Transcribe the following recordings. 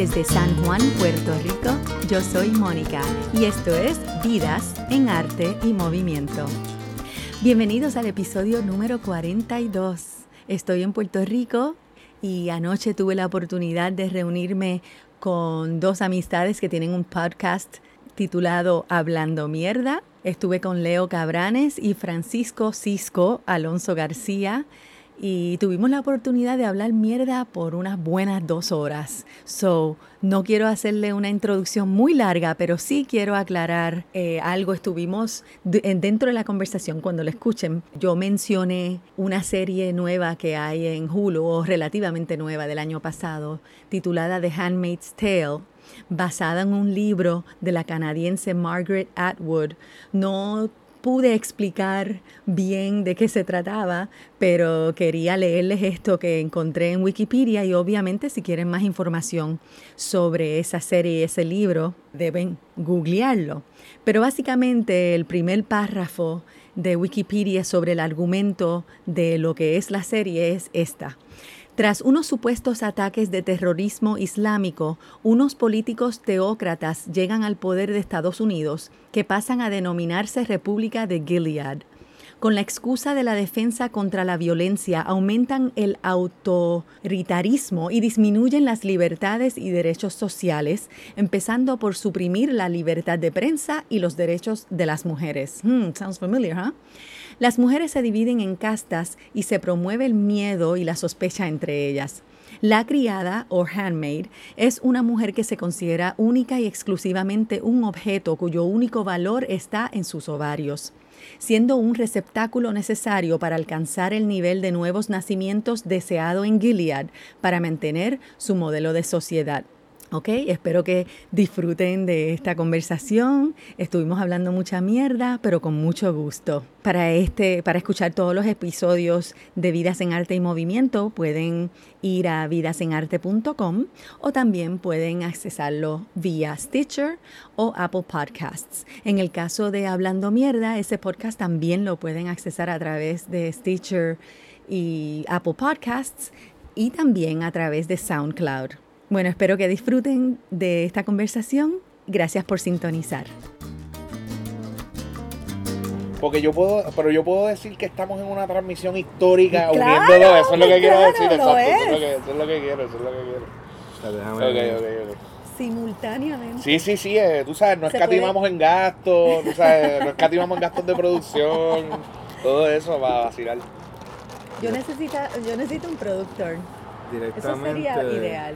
Desde San Juan, Puerto Rico, yo soy Mónica y esto es Vidas en Arte y Movimiento. Bienvenidos al episodio número 42. Estoy en Puerto Rico y anoche tuve la oportunidad de reunirme con dos amistades que tienen un podcast titulado Hablando Mierda. Estuve con Leo Cabranes y Francisco Cisco Alonso García y tuvimos la oportunidad de hablar mierda por unas buenas 2 horas. No quiero hacerle una introducción muy larga, pero sí quiero aclarar algo. Estuvimos dentro de la conversación, cuando la escuchen, yo mencioné una serie nueva que hay en Hulu, o relativamente nueva del año pasado, titulada The Handmaid's Tale, basada en un libro de la canadiense Margaret Atwood. No pude explicar bien de qué se trataba, pero quería leerles esto que encontré en Wikipedia y obviamente si quieren más información sobre esa serie y ese libro, deben googlearlo. Pero básicamente el primer párrafo de Wikipedia sobre el argumento de lo que es la serie es esta. Tras unos supuestos ataques de terrorismo islámico, unos políticos teócratas llegan al poder de Estados Unidos que pasan a denominarse República de Gilead. Con la excusa de la defensa contra la violencia, aumentan el autoritarismo y disminuyen las libertades y derechos sociales, empezando por suprimir la libertad de prensa y los derechos de las mujeres. Sounds familiar, huh? Las mujeres se dividen en castas y se promueve el miedo y la sospecha entre ellas. La criada, o handmaid, es una mujer que se considera única y exclusivamente un objeto cuyo único valor está en sus ovarios, siendo un receptáculo necesario para alcanzar el nivel de nuevos nacimientos deseado en Gilead para mantener su modelo de sociedad. Ok, espero que disfruten de esta conversación. Estuvimos hablando mucha mierda, pero con mucho gusto. Para escuchar todos los episodios de Vidas en Arte y Movimiento, pueden ir a vidasenarte.com o también pueden accesarlo vía Stitcher o Apple Podcasts. En el caso de Hablando Mierda, ese podcast también lo pueden accesar a través de Stitcher y Apple Podcasts y también a través de SoundCloud. Bueno, espero que disfruten de esta conversación. Gracias por sintonizar. Porque yo puedo decir que estamos en una transmisión histórica, claro, uniéndolo. Eso es lo que quiero decir, exacto. Es. Eso es lo que quiero. Okay. Simultáneamente. Sí, tú sabes, no escatimamos en gastos, tú sabes, no escatimamos en gastos de producción, todo eso para vacilar. Yo necesito un productor. Eso sería ideal.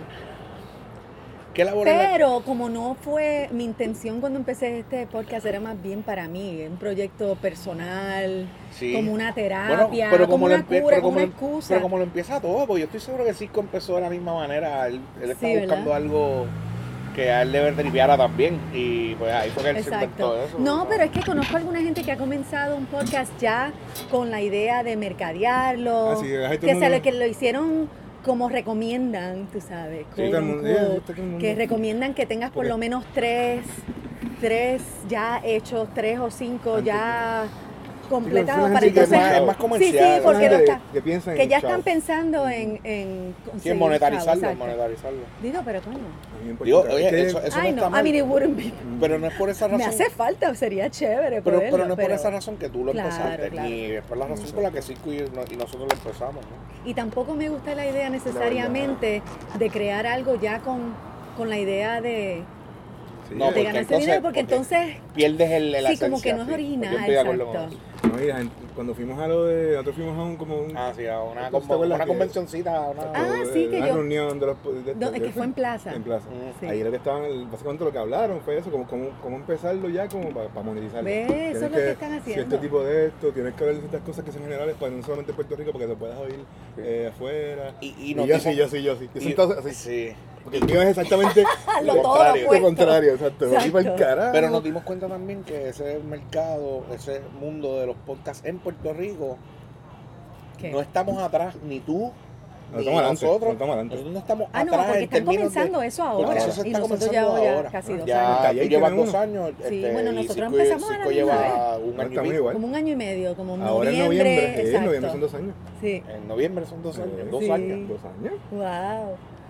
Pero como no fue mi intención cuando empecé este podcast, era más bien para mí, un proyecto personal, sí, como una terapia, pero como una cura, como una excusa. Pero como lo empieza todo, porque yo estoy seguro que Cisco empezó de la misma manera, él estaba buscando algo que a él le triviara también, y pues ahí fue que él se inventó eso. No, pero es que conozco a alguna gente que ha comenzado un podcast ya con la idea de mercadearlo, que lo hicieron como recomiendan, tú sabes, que recomiendan que tengas por lo menos tres ya hechos, 3 o 5 ya completados para entonces es más comercial. Sí, porque que ya están pensando en monetarizarlo. Digo, pero ¿cómo? Oye, eso no está mal. It wouldn't be. Pero no es por esa razón. Me hace falta, sería chévere pero no es por esa razón que tú lo empezaste, claro. ni es por la razón por la que Cisco y nosotros lo empezamos, ¿no? Y tampoco me gusta la idea necesariamente de crear algo ya con la idea de ganarse dinero, porque entonces pierdes el sí, como que no es original. Exacto. No, mira, cuando fuimos a nosotros fuimos a una convencioncita, una reunión de los que fue en plaza. Sí. Ahí lo que básicamente lo que hablaron fue eso, cómo empezarlo ya como para monetizarlo. ¿Ves? Eso es lo que están haciendo. Cierto tipo de esto, tienes que ver ciertas cosas que son generales para no solamente Puerto Rico, porque te puedas oír afuera. Y yo sí. Sí. Porque el mío es exactamente lo contrario, exacto. Pero nos dimos cuenta también que ese mercado, ese mundo de los podcasts en Puerto Rico, no estamos atrás, ni tú, ni nosotros. Nosotros no estamos atrás. Porque están comenzando eso ahora. Porque eso se está nosotros comenzando ya ahora. Casi 2 años. Ya tú llevas 2 años. Sí, bueno, nosotros empezamos a la misma vez. Como 1 año y medio, como ahora noviembre. En noviembre son 2 años. Sí. En noviembre son 2 años. 2 sí. años. 2 años. Wow.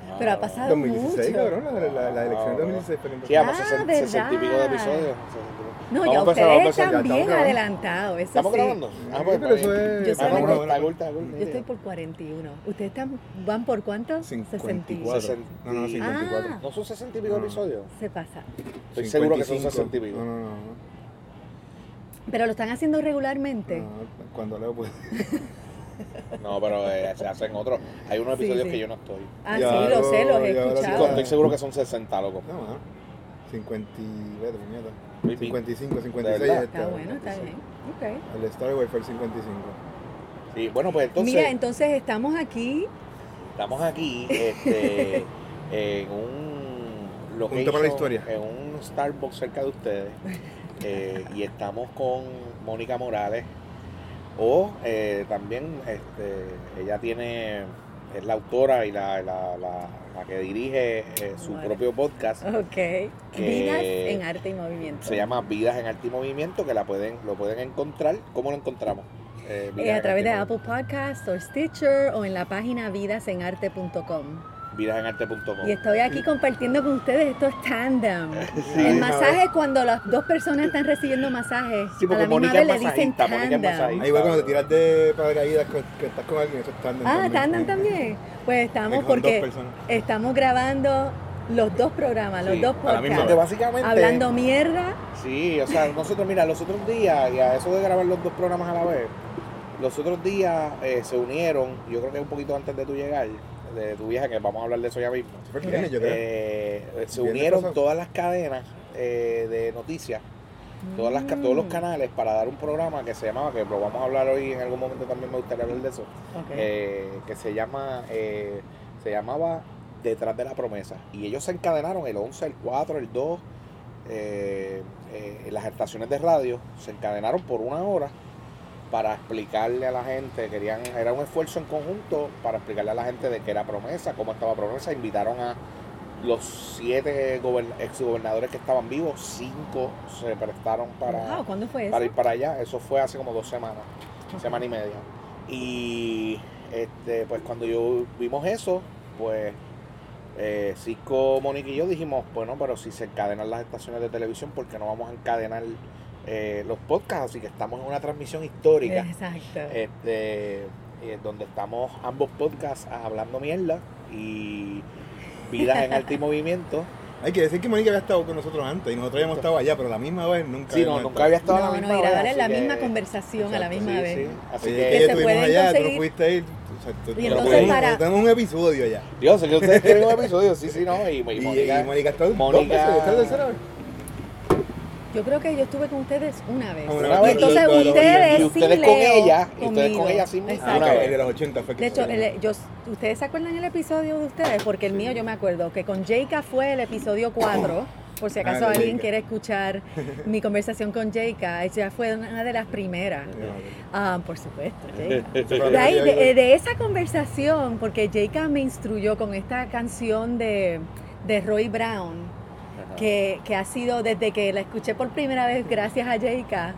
Pero ha pasado 2016, mucho. cabrón, la elección de 2016. Sí, vamos 60 y pico de episodios. No, Vamos ya a empezar, ustedes están bien adelantados. adelantados. ¿Estamos grabando? Pues, pero eso es... Yo estoy por 41. ¿Ustedes van por cuánto? 54. No, 54. ¿No son 60 y pico episodios? Se pasa. Estoy seguro que son 60 y pico. No. ¿Pero lo están haciendo regularmente? No, cuando Leo puede. No, pero se hacen otros. Hay unos episodios que yo no estoy. Sí, lo sé, los he escuchado. Estoy seguro que son 60, loco. No, 50, 55, 56. Está bueno, está bien. Okay. El Star Wars fue el 55. Sí, bueno, pues entonces... Mira, entonces estamos aquí en un location, Punto para la historia. en un Starbucks cerca de ustedes. Y estamos con Mónica Morales. También ella es la autora y la que dirige su propio podcast. Vidas en Arte y Movimiento. Se llama Vidas en Arte y Movimiento, que lo pueden encontrar. ¿Cómo lo encontramos? A través de Apple Podcasts o Stitcher o en la página vidasenarte.com. Vidasenarte.com. Y estoy aquí compartiendo con ustedes estos tandem. Sí, el masaje es cuando las dos personas están recibiendo masajes. Sí, porque a la misma Mónica vez es le dicen tandem. Ahí va cuando te tiras de paracaídas que estás con alguien, eso es tandem. Tandem también. Pues estamos con porque 2 personas. estamos grabando los dos programas, los dos a la misma podcasts. vez. Básicamente, hablando mierda. Sí, o sea, nosotros, mira, los otros días, y a eso de grabar los 2 programas a la vez, los otros días se unieron, yo creo que un poquito antes de tu llegar, de tu viaje, que vamos a hablar de eso ya mismo. Fue el viernes, yo creo. Se unieron todas las cadenas de noticias, todos los canales para dar un programa que se llamaba, que lo vamos a hablar hoy en algún momento, también me gustaría hablar de eso, que se llamaba Detrás de la Promesa. Y ellos se encadenaron el 11, el 4, el 2, las estaciones de radio se encadenaron por 1 hora para explicarle a la gente, era un esfuerzo en conjunto para explicarle a la gente de qué era Promesa, cómo estaba Promesa. Invitaron a los 7 exgobernadores que estaban vivos, 5 se prestaron ¿Cuándo fue eso? para ir para allá. Eso fue hace como 2 semanas, semana y media. Y pues cuando vimos eso, pues Cisco, Mónica y yo dijimos, bueno, pero si se encadenan las estaciones de televisión, ¿por qué no vamos a encadenar los podcasts? Así que estamos en una transmisión histórica. Exacto. Donde estamos ambos podcasts hablando mierda y Vidas en Arte y Movimiento. Hay que decir que Mónica había estado con nosotros antes y nosotros habíamos estado allá, pero la misma vez nunca. Sí, nunca había estado a la misma vez. Y grabar en la misma conversación a la misma vez. Sí. Así que estuvimos allá, tú no pudiste ir. Y entonces tenemos un episodio ya. Yo sé que ustedes tienen un episodio, sí, no. Y Mónica está ¿esta tercera vez? Yo creo que yo estuve con ustedes una vez. Y entonces ustedes con ella, y ustedes con ella sí. El de los 80 fue que de hecho, ¿ustedes se acuerdan el episodio de ustedes? Porque el mío yo me acuerdo que con Jayka fue el episodio 4. Por si acaso alguien quiere escuchar mi conversación con Jayka, ella fue una de las primeras. Por supuesto, Jayka. De esa conversación, porque Jayka me instruyó con esta canción de Roy Brown, que ha sido desde que la escuché por primera vez, gracias a Jayka.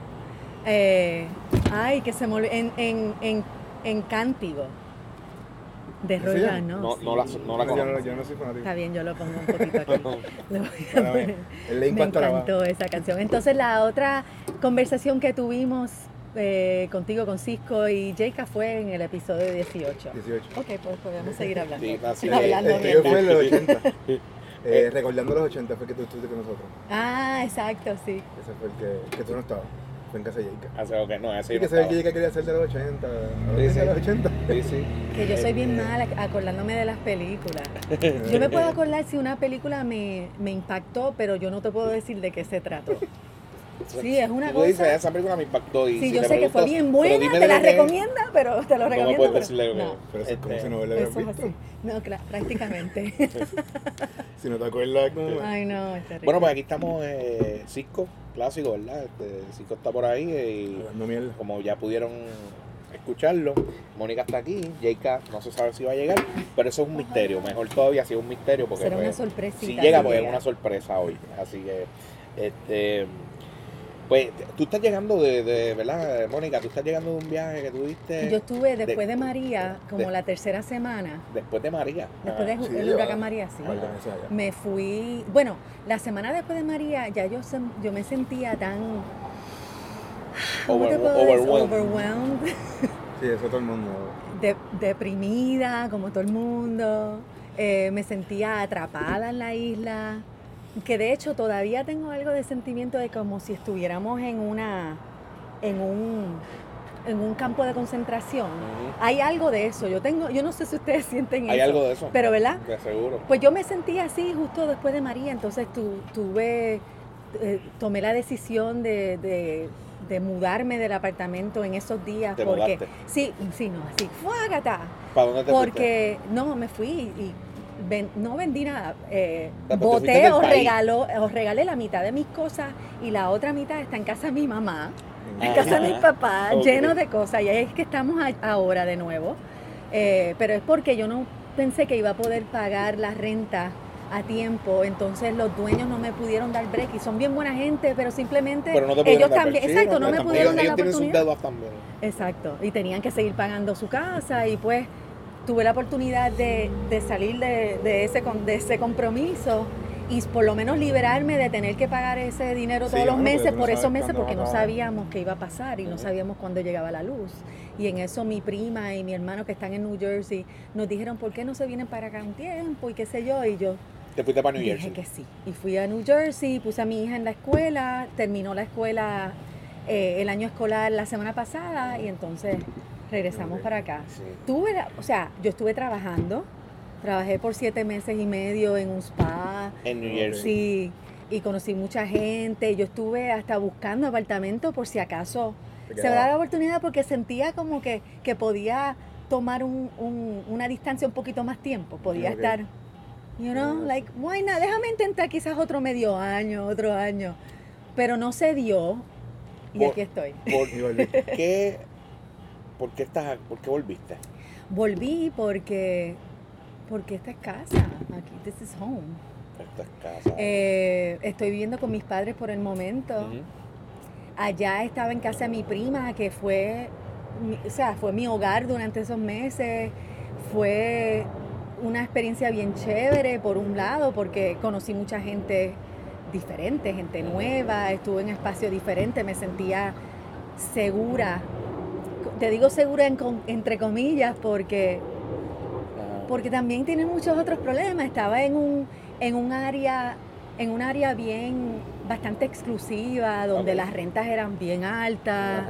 Que se me en Cántigo. De Roy Brown, ¿no? No la conozco. Yo no soy fanático. Está bien, yo lo pongo un poquito aquí. El link me encantó esa canción. Entonces la otra conversación que tuvimos contigo, con Cisco y Jayka fue en el episodio 18. Ok, pues podemos seguir hablando. Sí, hablando yo fue en los 80. Recordando los 80 fue que tú estuviste con nosotros. Exacto, sí. Ese fue el que tú no estabas. Fue en casa de Jayka. Sí, que ese Jayka quería hacer de los 80. De los 80. Sí. Que yo soy bien mala acordándome de las películas. Yo me puedo acordar si una película me impactó, pero yo no te puedo decir de qué se trató. Sí, es una cosa. Dices, esa película me impactó. Y sí, yo sé que fue bien buena, te la recomienda, pero te lo recomiendo. No me puedes decirle no. Pero eso es como si no lo hubieras visto. Así. No, prácticamente. Si no te acuerdas. Ay, no, es terrible. Bueno, pues aquí estamos, Cisco, clásico, ¿verdad? Cisco está por ahí y como ya pudieron escucharlo, Mónica está aquí, Jayka no se sabe si va a llegar, pero eso es un misterio, mejor todavía si es un misterio, porque será una sorpresita. Si llega, pues es una sorpresa hoy, así que Pues tú estás llegando de ¿verdad, Mónica? Tú estás llegando de un viaje que tuviste. Yo estuve después de María, como la tercera semana. Después de María. Después del huracán María, sí. Me fui, bueno, la semana después de María ya yo me sentía tan overwhelmed. Sí, eso todo el mundo. Deprimida, como todo el mundo. Me sentía atrapada en la isla. Que de hecho todavía tengo algo de sentimiento de como si estuviéramos en un campo de concentración. Hay algo de eso. Yo no sé si ustedes sienten eso. Hay algo de eso. Pero ¿verdad? De seguro. Pues yo me sentí así justo después de María, entonces tomé la decisión de mudarme del apartamento en esos días. ¿Te porque mudaste? Sí, no, así, ¡fuágata! ¿Para dónde te Porque fuiste? No, me fui y no vendí nada. Boté o regalé la mitad de mis cosas y la otra mitad está en casa de mi mamá, en casa de mi papá, lleno de cosas. Y ahí es que estamos ahora de nuevo. Pero es porque yo no pensé que iba a poder pagar la renta a tiempo, entonces los dueños no me pudieron dar break y son bien buena gente, pero simplemente ellos también, exacto, no me pudieron dar la oportunidad. También. Exacto, y tenían que seguir pagando su casa y pues tuve la oportunidad de salir de ese compromiso y por lo menos liberarme de tener que pagar ese dinero todos los meses por esos meses porque no sabíamos qué iba a pasar y no sabíamos cuándo llegaba la luz. Y en eso mi prima y mi hermano que están en New Jersey nos dijeron, ¿por qué no se vienen para acá un tiempo? Y qué sé yo, y yo ¿te fuiste para New Jersey? Dije que sí. Y fui a New Jersey, puse a mi hija en la escuela, terminó la escuela el año escolar la semana pasada y entonces regresamos para acá. Sí. Yo estuve trabajé por 7 meses y medio en un spa. En New Jersey. Sí, y conocí mucha gente. Yo estuve hasta buscando apartamentos por si acaso se me daba la oportunidad porque sentía como que podía tomar una distancia un poquito más tiempo. Podía estar, like, why not? Déjame intentar quizás otro medio año, otro año. Pero no se dio y aquí estoy. ¿Por qué volviste? Volví porque esta es casa. Aquí, this is home. Esta es casa. Estoy viviendo con mis padres por el momento. Allá estaba en casa de mi prima, que fue mi hogar durante esos meses. Fue una experiencia bien chévere, por un lado, porque conocí mucha gente diferente, gente nueva, estuve en espacios diferentes, me sentía segura. Te digo segura entre comillas porque también tiene muchos otros problemas. Estaba en un área bastante exclusiva, donde las rentas eran bien altas.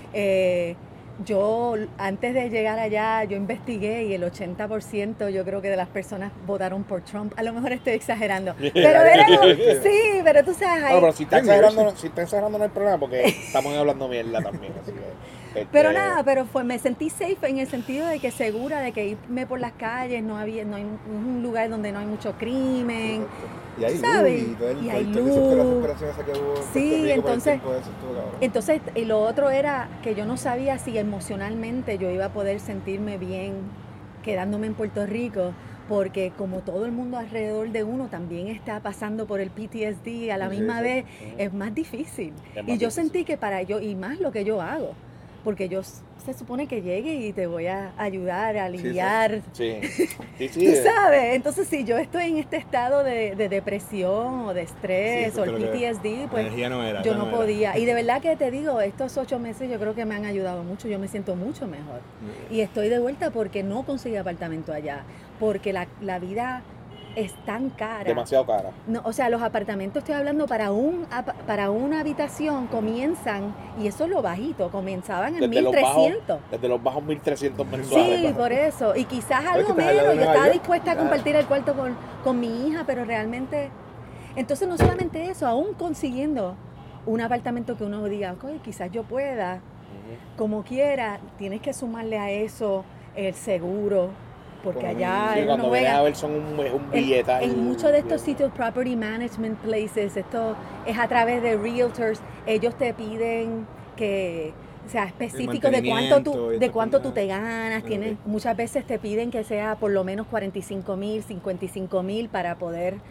Yo, antes de llegar allá, yo investigué y el 80% yo creo que de las personas votaron por Trump. A lo mejor estoy exagerando. Pero sí, pero tú sabes... pero si está exagerando no hay problema porque estamos hablando mierda también. Así que, pero nada, me sentí safe en el sentido de que segura de que irme por las calles, no hay un lugar donde no hay mucho crimen. Y hay ¿sabes? Y hay luz. Sí, entonces y lo otro era que yo no sabía si emocionalmente yo iba a poder sentirme bien quedándome en Puerto Rico, porque como todo el mundo alrededor de uno también está pasando por el PTSD a la misma vez, es más difícil. Y yo sentí que y más lo que yo hago, porque yo se supone que llegue y te voy a ayudar a aliviar. Sí. Tú sabes, entonces si yo estoy en este estado de depresión o de estrés o el PTSD, pues yo no podía. Y de verdad que te digo, estos 8 meses yo creo que me han ayudado mucho, yo me siento mucho mejor. Y estoy de vuelta porque no conseguí apartamento allá, porque la vida es tan cara. Demasiado cara. No, o sea, los apartamentos, estoy hablando, para una habitación comienzan, y eso es lo bajito, comenzaban en 1.300. Desde los bajos 1.300 mensuales. Sí, por eso. Y quizás algo menos. Yo estaba dispuesta a compartir el cuarto con mi hija, pero realmente... Entonces, no solamente eso, aún consiguiendo un apartamento que uno diga, okay, quizás yo pueda, como quiera, tienes que sumarle a eso el seguro, porque allá cuando vienes a ver son un billete. En muchos de estos sitios, property management places, esto es a través de realtors, ellos te piden que sea específico de cuánto tú te ganas. Muchas veces te piden que sea por lo menos $45,000, $55,000 para poder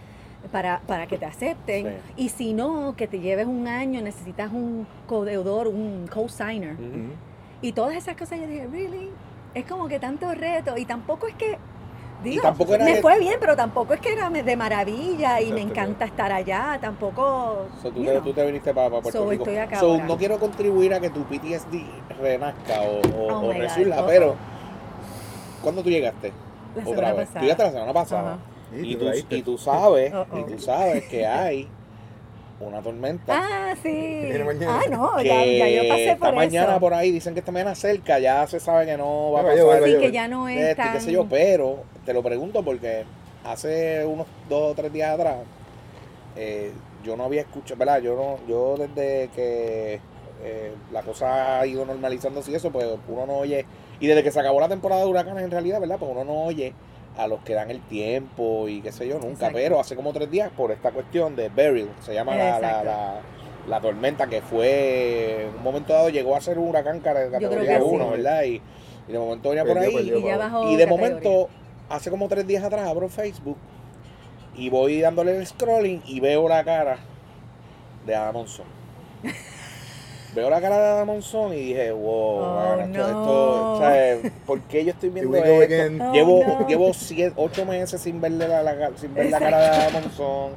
para que te acepten. Sí. Y si no, que te lleves un año, necesitas un codeudor, un co-signer. Y todas esas cosas yo dije, really, es como que tanto reto. Y tampoco es que, digo, tampoco me fue bien, pero tampoco es que era de maravilla y me encanta estar allá. Tampoco. Tú te viniste para Puerto Rico. Estoy acá ahora. No quiero contribuir a que tu PTSD renazca o resurja, God. pero ¿cuándo tú llegaste? La Otra semana vez. pasada. Tú llegaste la semana pasada. Ajá. Y tú sabes que hay una tormenta. Ah, sí. Viene mañana. Ah, no, que ya yo pasé por esta mañana eso. por ahí dicen que esta mañana cerca, ya se sabe que no va a Vaya, pasar. Sí, que ya no es tan... qué sé yo, pero te lo pregunto porque hace unos 2 o 3 días atrás yo no había escuchado, ¿verdad? Yo desde que la cosa ha ido normalizándose y eso, pues uno no oye, y desde que se acabó la temporada de huracanes en realidad, ¿verdad? Pues uno no oye a los que dan el tiempo y qué sé yo, nunca. Exacto. Pero hace como 3 días por esta cuestión de Beryl, se llama la tormenta, que fue en un momento dado llegó a ser un huracán categoría 1, sí. ¿verdad? Y de momento venía por ahí Y ya bajó y de categoría. momento hace como 3 días atrás abro Facebook y voy dándole el scrolling y veo la cara de Adam Monzón. Veo la cara de Adam Monzón y dije, wow, esto, ¿sabes? ¿Por qué yo estoy viendo esto? Llevo 8 meses sin verle la cara de Adam Monzón.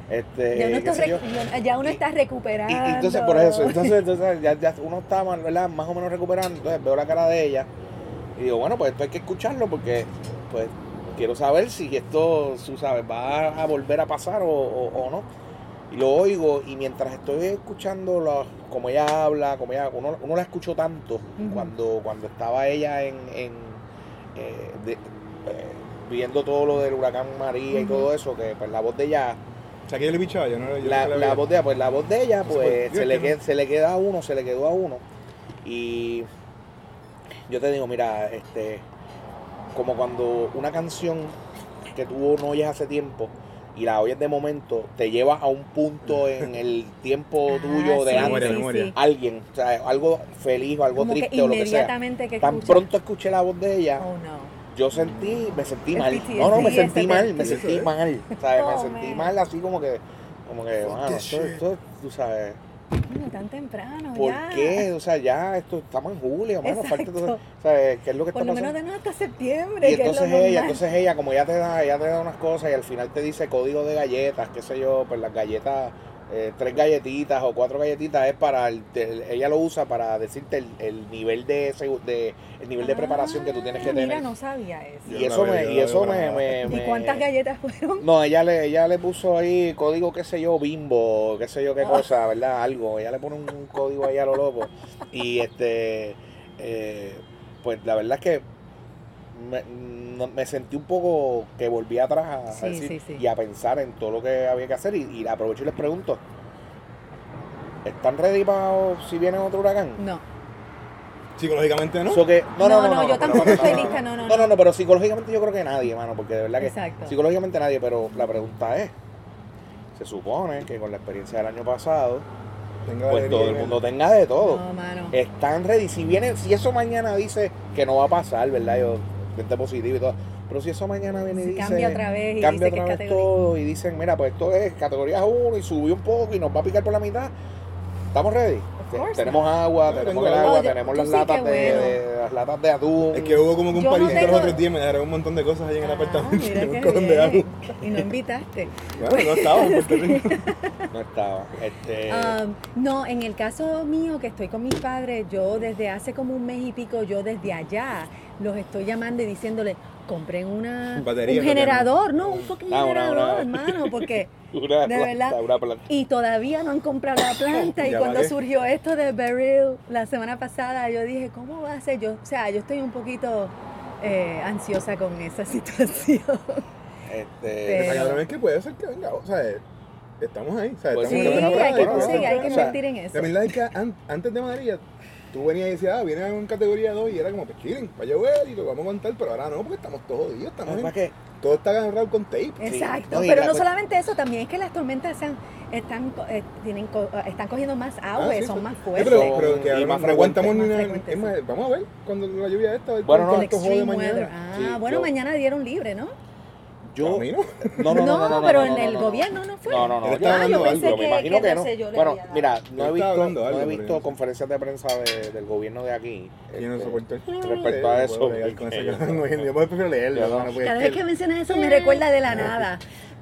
Ya uno está recuperando. Y entonces, por eso, ya uno está, ¿verdad?, más o menos recuperando. Entonces veo la cara de ella y digo, bueno, pues esto hay que escucharlo porque, pues, quiero saber si esto, tú sabes, va a volver a pasar o no. Y lo oigo y mientras estoy escuchando como ella habla, uno la escuchó tanto cuando estaba ella viendo todo lo del huracán María y todo eso, que pues la voz de ella... O sea, que yo le pichaba, yo no la voz de ella, pues se le quedó a uno. Y yo te digo, mira, como cuando una canción que tú no oyes hace tiempo y la oyes de momento, te lleva a un punto en el tiempo tuyo de antes. Alguien, o sea, algo feliz o algo como triste o lo que sea. Tan pronto escuché la voz de ella, yo me sentí mal. Me sentí mal. ¿Sabes? Me sentí mal así como que bueno, esto, tú sabes. No tan temprano, ¿Por qué? O sea, ya estamos en julio, mano, falta todo, ¿sabes? ¿Qué es lo que está pasando? Por lo menos de no hasta septiembre. Y entonces ella, como ya te da unas cosas y al final te dice código de galletas, qué sé yo, pues las galletas, 3 galletitas o 4 galletitas es para ella lo usa para decirte el nivel de preparación que tú tienes que tener. Mira, no sabía eso. Y eso me ¿Y cuántas galletas fueron? No, ella le puso ahí código, qué sé yo, Bimbo, qué sé yo qué cosa, ¿verdad? Algo. Ella le pone un código ahí a lo loco. Y pues la verdad es que me sentí un poco que volví atrás a decir, y a pensar en todo lo que había que hacer y aprovecho y les pregunto, ¿están ready para si viene otro huracán? No. Psicológicamente no. No, yo tampoco estoy lista, no, pero psicológicamente yo creo que nadie, mano, porque de verdad que exacto. Psicológicamente nadie, pero la pregunta es, se supone que con la experiencia del año pasado pues todo el mundo tenga de todo. No, mano. Están ready. Si eso mañana dice que no va a pasar, ¿verdad? Yo mente positivo y todo. Pero si eso mañana viene y dice... Cambia otra vez todo y dicen, mira, pues esto es categoría 1 y subió un poco y nos va a picar por la mitad. ¿Estamos ready? Tenemos agua, tenemos las latas las latas de atún. Es que hubo como que un parisito los otros días, me dejaron un montón de cosas ahí en el apartamento. Y no invitaste. Bueno, no estaba en Puerto Rico. No estaba. No, en el caso mío, que estoy con mis padres, yo desde hace como un mes y pico, yo desde allá los estoy llamando y diciéndole, compren un generador, un fucking generador, hermano, porque de verdad, y todavía no han comprado la planta. Y cuando surgió esto de Beryl la semana pasada, yo dije, ¿cómo va a ser? Yo estoy un poquito ansiosa con esa situación. Pero es que puede ser que venga, o sea, estamos ahí, ¿sabes? Pues hay que invertir en eso. La verdad es que antes de María, tú venías y decías, viene en categoría 2 y era como, pues chilling, va a llover y lo vamos a aguantar, pero ahora no, porque estamos todos jodidos, todo está agarrado con tape. Exacto, pero no solamente eso, tamón es que las tormentas están cogiendo más agua, son más fuertes. Pero que y más no aguantamos ni nada. Vamos a ver cuando la lluvia esta, bueno, cuánto jode mañana. Mañana dieron libre, ¿no? Yo, no, pero en el gobierno no fue. No, yo pensé me imagino que no. Bueno, mira, no he visto conferencias de prensa del gobierno de aquí. Respecto a eso. Yo prefiero leerlo. Cada vez que mencionas eso me recuerda de la nada.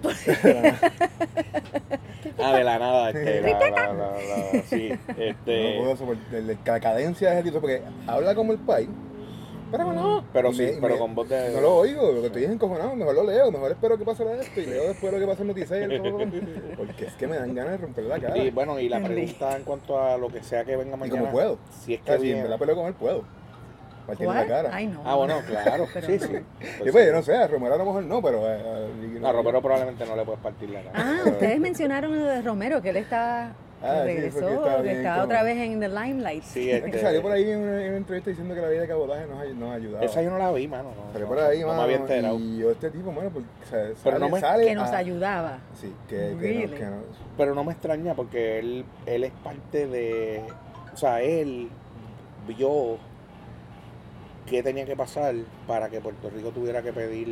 De la nada, sí, No puedo soportar la cadencia de ese tipo, porque habla como el país. Pero con voz de... No lo oigo, lo que estoy encojonado, mejor lo leo, mejor espero que pase esto y leo después lo que pasa en Noticiero, porque es que me dan ganas de romper la cara. Y bueno, y la pregunta en cuanto a lo que sea que venga mañana... ¿Y cómo puedo? Si es que si me la peleo con él, puedo. Partirle la cara. Ay, no. Bueno, claro, sí. Pues yo no sé, a Romero a lo mejor no, pero... A Romero probablemente no le puedes partir la cara. Ustedes mencionaron lo de Romero, que él está... regresó, que está otra vez en the limelight. Sí, es que salió por ahí en una entrevista diciendo que la vida de cabotaje nos ayudaba. Esa yo no la vi, mano. Salió por ahí, no me había enterado. Y yo tipo, bueno, pues sale que nos ayudaba. Sí, que no. Pero no me extraña porque él es parte de... O sea, él vio qué tenía que pasar para que Puerto Rico tuviera que pedir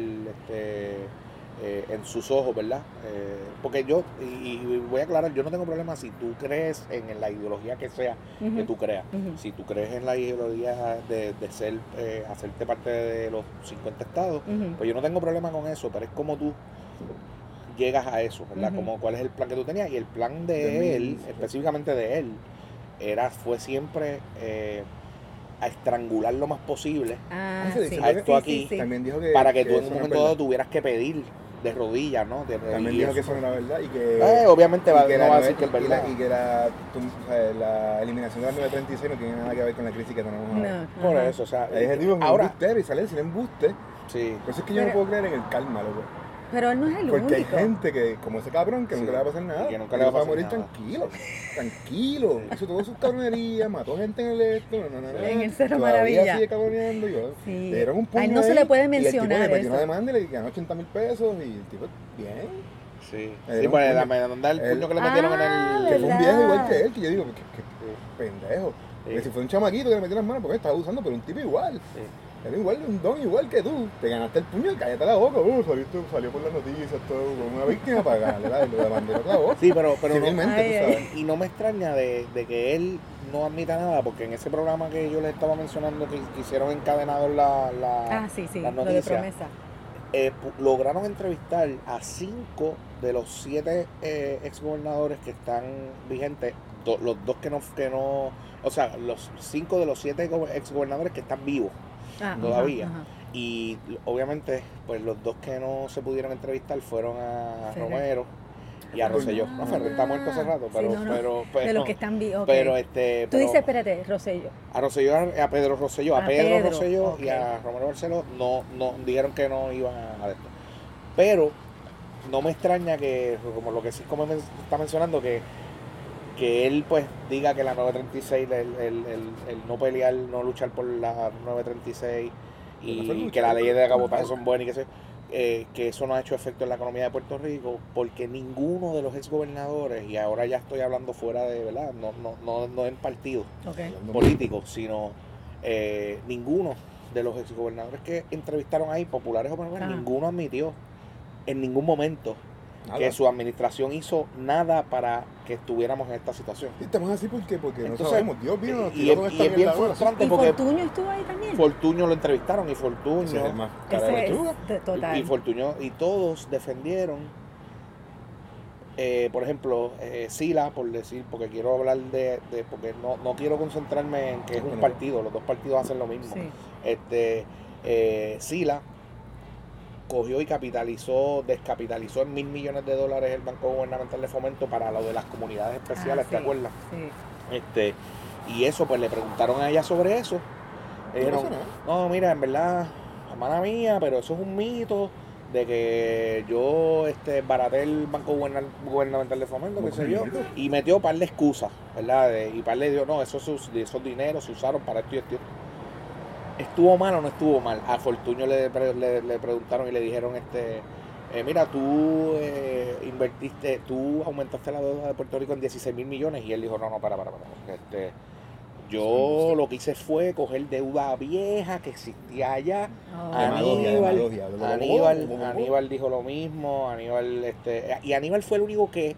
en sus ojos, ¿verdad? Porque yo, y voy a aclarar, yo no tengo problema si tú crees en la ideología que sea que tú creas. Si tú crees en la ideología de ser, hacerte parte de los 50 estados, pues yo no tengo problema con eso, pero es como tú llegas a eso, ¿verdad? Como cuál es el plan que tú tenías, y el plan de él, específicamente de él, fue siempre a estrangular lo más posible a esto aquí, también dijo para que tú en un momento dado tuvieras que pedir de rodillas, ¿no? También dijo que eso no era verdad y que... obviamente no va a decir que es verdad. Y que la eliminación de la 936 no tiene nada que ver con la crisis que tenemos ahora. Por eso, o sea... ahora, embustero y sale sin embuste. Sí. Por eso es que yo no puedo creer en el karma, loco. Pero él no es el único. Porque hay gente que, como ese cabrón, que nunca le va a pasar nada. Que nunca le va a morir tranquilo. Hizo todas sus cabronerías, mató gente en el en el Cerro Maravilla. Sigue cabroneando. Le dieron un puño a él no se le puede mencionar y el tipo le metió eso. una demanda y le ganó $80,000 y el tipo, bien. Sí, pues la medalla el puño que le metieron en el... Que fue un viejo igual que él, que yo digo, que pendejo. Que si fue un chamaquito que le metió las manos, porque estaba usando, pero un tipo igual. Era igual, un don igual que tú. Te ganaste el puño, cállate la boca. Salió por las noticias, todo con una víctima para ganarle, lo demandé otra voz. Sí, pero no, y no me extraña de que él no admita nada, porque en ese programa que yo le estaba mencionando que hicieron encadenados las noticias, lo de promesa. Lograron entrevistar a 5 de los 7 exgobernadores que están vigentes, los dos que no, o sea, los 5 de los 7 exgobernadores que están vivos todavía. Y obviamente, pues los 2 que no se pudieron entrevistar fueron a Ferrer. Romero y a Rosselló. No, Ferrer está muerto hace rato, pero de los que están vivos. Pero tú dices, espérate, Rosselló. A Rosselló, a Pedro Rosselló, a Pedro Rosselló y a Romero Barceló no dijeron que no iban a esto. Pero no me extraña que, como lo que sí como me está mencionando, que él pues diga que la 936, el no pelear, no luchar por la 936 y que las leyes de cabotaje son buenas y que eso no ha hecho efecto en la economía de Puerto Rico, porque ninguno de los exgobernadores, y ahora ya estoy hablando fuera de, ¿verdad? No en partidos políticos, sino ninguno de los exgobernadores que entrevistaron ahí, populares o populares, ninguno admitió en ningún momento que su administración hizo nada para que estuviéramos en esta situación. Y estamos así porque entonces, no sabemos. Dios vino y es bien frustrante porque Fortuño estuvo ahí también. Fortuño lo entrevistaron y Fortuño ese es el más total. Y Fortuño y todos defendieron por ejemplo Sila, por decir, porque quiero hablar de porque no quiero concentrarme en que es un partido, los dos partidos hacen lo mismo. Sila cogió y descapitalizó en $1,000 millones el Banco Gubernamental de Fomento para lo de las comunidades especiales, ¿te acuerdas? Sí. Y eso, pues le preguntaron a ella sobre eso. Dijeron, no, mira, en verdad, hermana mía, pero eso es un mito de que yo baraté el Banco Gubernamental de Fomento, qué sé yo, y metió un par de excusas, ¿verdad? Y par le dio, no, esos dineros se usaron para esto y esto. ¿Estuvo mal o no estuvo mal? A Fortuño le preguntaron y le dijeron, mira, tú aumentaste la deuda de Puerto Rico en $16,000 millones, y él dijo, no, para. Yo lo que hice fue coger deuda vieja que existía allá. Aníbal dijo lo mismo. Y Aníbal fue el único que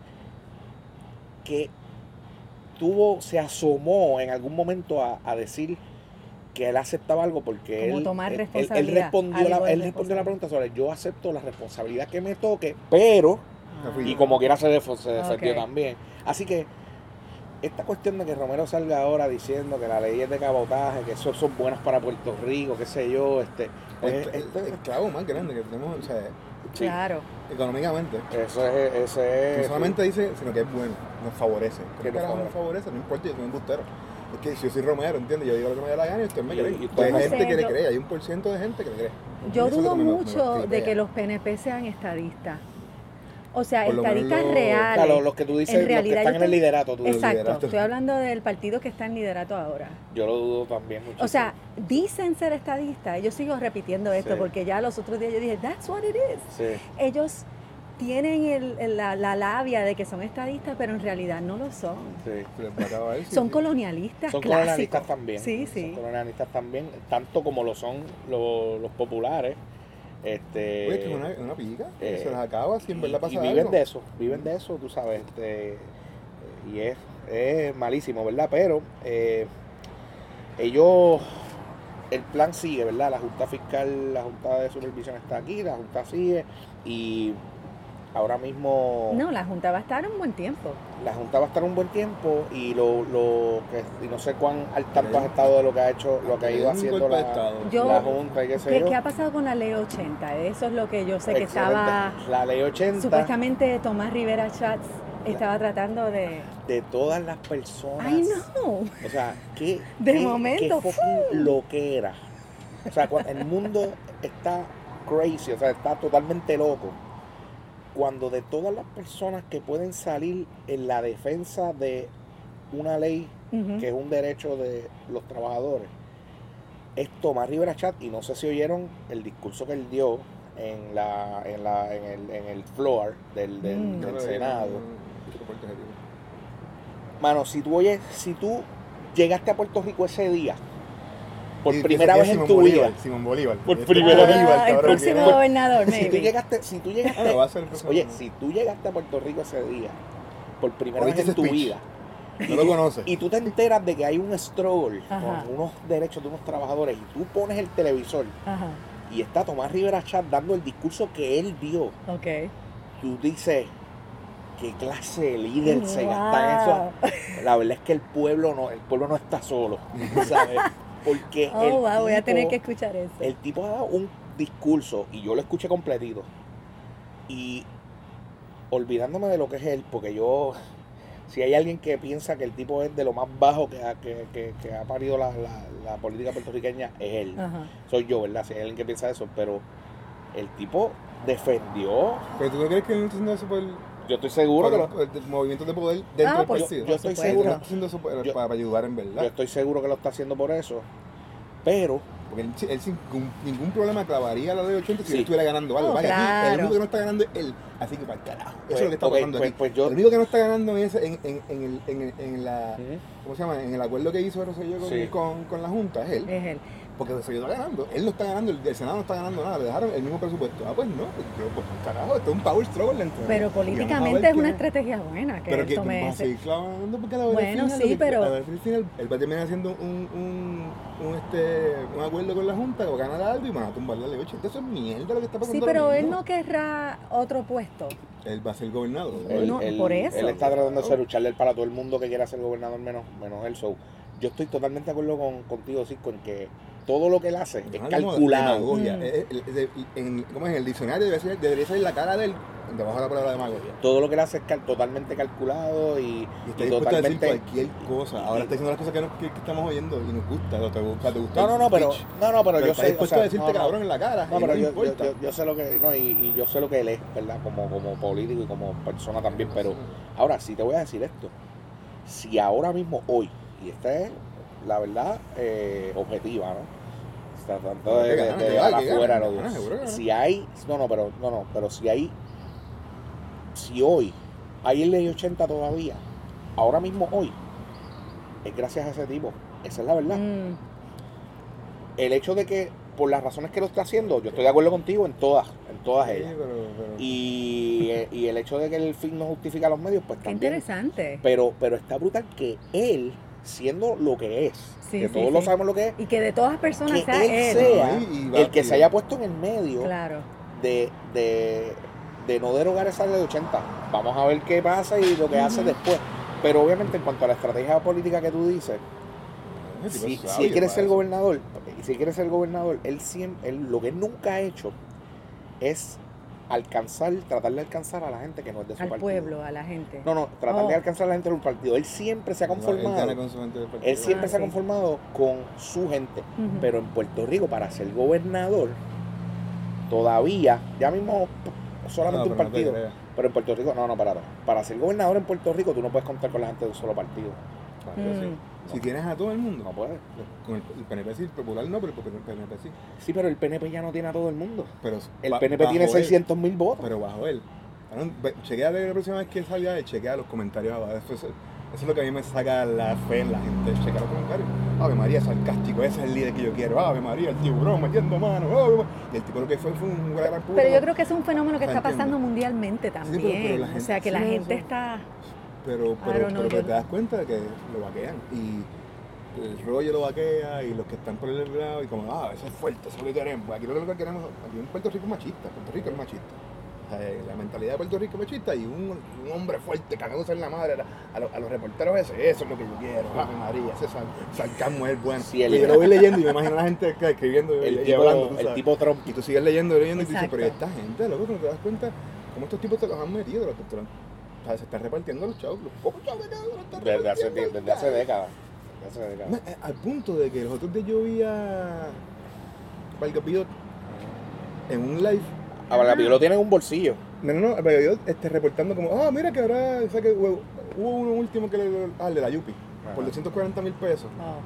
se asomó en algún momento a decir que él aceptaba algo, porque él respondió la pregunta sobre yo acepto la responsabilidad que me toque, pero y como quiera se defendió también. Así que esta cuestión de que Romero salga ahora diciendo que la ley es de cabotaje, que eso son buenas para Puerto Rico, qué sé yo, el clavo más grande que tenemos, o sea, claro, económicamente. Eso es. No solamente dice, sino que es bueno, nos favorece. ¿Qué carajo nos favorece? No importa, yo soy un embustero. Es que si yo soy Romero, ¿entiendes? Yo digo lo que me da la gana y usted me cree. Hay gente que le cree, hay un % de gente que le cree. Yo dudo mucho de que los PNP sean estadistas. O sea, estadistas reales. Claro, los que tú dices, los que están en el liderato. Exacto, estoy hablando del partido que está en liderato ahora. Yo lo dudo también mucho. O sea, dicen ser estadistas. Yo sigo repitiendo esto porque ya los otros días yo dije, that's what it is. Sí. Ellos tienen la labia de que son estadistas, pero en realidad no lo son. Sí. Son colonialistas. Son colonialistas también. Sí. Son colonialistas también, tanto como lo son los populares. Oye, que es una pica, se las acaba si en verdad pasa algo. Viven de eso, tú sabes, y es malísimo, ¿verdad? Pero ellos, el plan sigue, ¿verdad? La Junta Fiscal, la Junta de Supervisión está aquí, la Junta sigue, y ahora mismo... No, la Junta va a estar un buen tiempo. La Junta va a estar un buen tiempo y y no sé cuán al tanto has estado de lo que ha hecho, lo que ha ido haciendo la Junta y qué sé yo. ¿Qué ha pasado con la Ley 80? Eso es lo que yo sé que estaba... La Ley 80... Supuestamente Tomás Rivera Schatz estaba tratando de todas las personas... ¡Ay, no! O sea, qué lo que era. O sea, el mundo está crazy, o sea, está totalmente loco. Cuando de todas las personas que pueden salir en la defensa de una ley que es un derecho de los trabajadores, es Tomás Rivera Schatz, y no sé si oyeron el discurso que él dio en el floor del Senado. Mano, si tú llegaste a Puerto Rico ese día, por primera vez en tu vida. Simón Bolívar. Por primera vez. El próximo gobernador, si tú llegaste si tú llegaste a Puerto Rico ese día, por primera vez en tu vida, no lo conoces, y tú te enteras de que hay un struggle con unos derechos de unos trabajadores, y tú pones el televisor y está Tomás Rivera Schatz dando el discurso que él dio, tú dices, ¿qué clase de líder se gasta en eso? La verdad es que el pueblo no está solo, ¿sabes? Porque voy a tener que escuchar eso. El tipo ha dado un discurso y yo lo escuché completito. Y olvidándome de lo que es él, porque si hay alguien que piensa que el tipo es de lo más bajo que ha parido la política puertorriqueña, es él. Soy yo, ¿verdad? Si hay alguien que piensa eso, pero el tipo defendió. ¿Pero tú no crees que él no está haciendo eso por Yo estoy seguro que los movimientos de poder dentro del partido? Yo estoy seguro. No está haciendo eso para ayudar en verdad. Yo estoy seguro que lo está haciendo por eso. Pero... Porque él sin ningún problema clavaría la ley 80 si él estuviera ganando algo. Claro. Aquí, el único que no está ganando es él. Así que para el carajo. Eso es lo que está pasando aquí. El único que no está ganando en la... ¿Cómo se llama? En el acuerdo que hizo Rosselló con la Junta, es él. Es él. Porque Rosselló está ganando. Él no está ganando, el Senado no está ganando nada. Le dejaron el mismo presupuesto. Pues no. Pues carajo, esto es un power struggle dentro. Pero políticamente es una estrategia buena. Pero que va a seguir clavando porque a al final él va a terminar haciendo un acuerdo con la Junta que va a ganar algo y van a tumbar la ley 80. Eso es mierda lo que está pasando. Sí, pero él no querrá otro puesto. Él va a ser gobernador. Por eso. Él está tratando de lucharle el para todo el mundo que quiera ser gobernador menos él. So, yo estoy totalmente de acuerdo contigo, Cisco, en que todo lo que él hace es calculado. ¿Cómo es? El diccionario debería ser la cara de él, debajo de la palabra demagogia. Todo lo que él hace es totalmente calculado y está dispuesto a decir cualquier cosa. Ahora está diciendo las cosas que estamos oyendo y nos gusta. ¿Te gusta? Pero yo sé. Está dispuesto a decirte cabrón en la cara. No, pero yo sé lo que. No, y yo sé lo que él es, ¿verdad? Como político y como persona también. Pero ahora sí te voy a decir esto. Si ahora mismo, hoy, y esta es la verdad objetiva, ¿no? Tratando de dejar afuera lo que si hay, pero si hoy hay el ley 80 todavía, ahora mismo hoy, es gracias a ese tipo. Esa es la verdad. El hecho de que, por las razones que lo está haciendo, yo estoy de acuerdo contigo en todas ellas. Pero... Y el hecho de que el fin no justifica los medios, pues también. Qué interesante. Pero está brutal que él, siendo lo que es, que todos lo sabemos lo que es, y que de todas las personas que él sea el que se haya puesto en el medio de no derogar esa ley de 80. Vamos a ver qué pasa y lo que hace después. Pero obviamente en cuanto a la estrategia política que tú dices, si él quiere ser gobernador, él lo que él nunca ha hecho es tratar de alcanzar a la gente que no es de su partido. Al pueblo, a la gente. No, tratar de alcanzar a la gente de un partido. Él siempre se ha conformado. Él siempre se ha conformado con su gente. Pero en Puerto Rico, para ser gobernador, todavía, ya mismo solamente un partido. Pero en Puerto Rico, para ser gobernador en Puerto Rico, tú no puedes contar con la gente de un solo partido. Si tienes a todo el mundo. No puedes. Con el PNP sí, el popular no, pero el PNP sí. Sí, pero el PNP ya no tiene a todo el mundo. Pero el PNP tiene 600,000 votos. Pero bajo él. Chequea la próxima vez que salga y chequea los comentarios abajo. Eso es lo que a mí me saca la fe en la gente. Chequea los comentarios. Ave María, sarcástico, ese es el líder que yo quiero. Ave María, el tiburón metiendo mano. Y el tipo lo que fue un gran puto. Pero yo creo que es un fenómeno que está pasando mundialmente también. Sí, pero la gente, o sea, que la gente está... Pero te das cuenta de que lo vaquean y el rollo lo vaquea y los que están por el lado y como, eso es fuerte, eso es lo que queremos. Aquí lo que queremos, aquí en Puerto Rico es machista, Puerto Rico es machista. O sea, la mentalidad de Puerto Rico es machista y un hombre fuerte cagándose en la madre a los reporteros eso es lo que yo quiero, Ave María, ese sarcasmo es bueno. Sí, yo lo voy leyendo y me imagino a la gente escribiendo y hablando. El tipo Trump. Y tú sigues leyendo y dices, pero esta gente, loco, tú no te das cuenta cómo estos tipos te los han metido, o sea, se están repartiendo los chavos, los pocos chavos que desde hace décadas. Al punto de que los otros días yo vi a Valgapillo en un live. A Valgapillo lo tiene en un bolsillo. No, Valgapillo reportando como, mira que ahora, o sea que hubo uno último que el de la Yupi, por 240,000 pesos.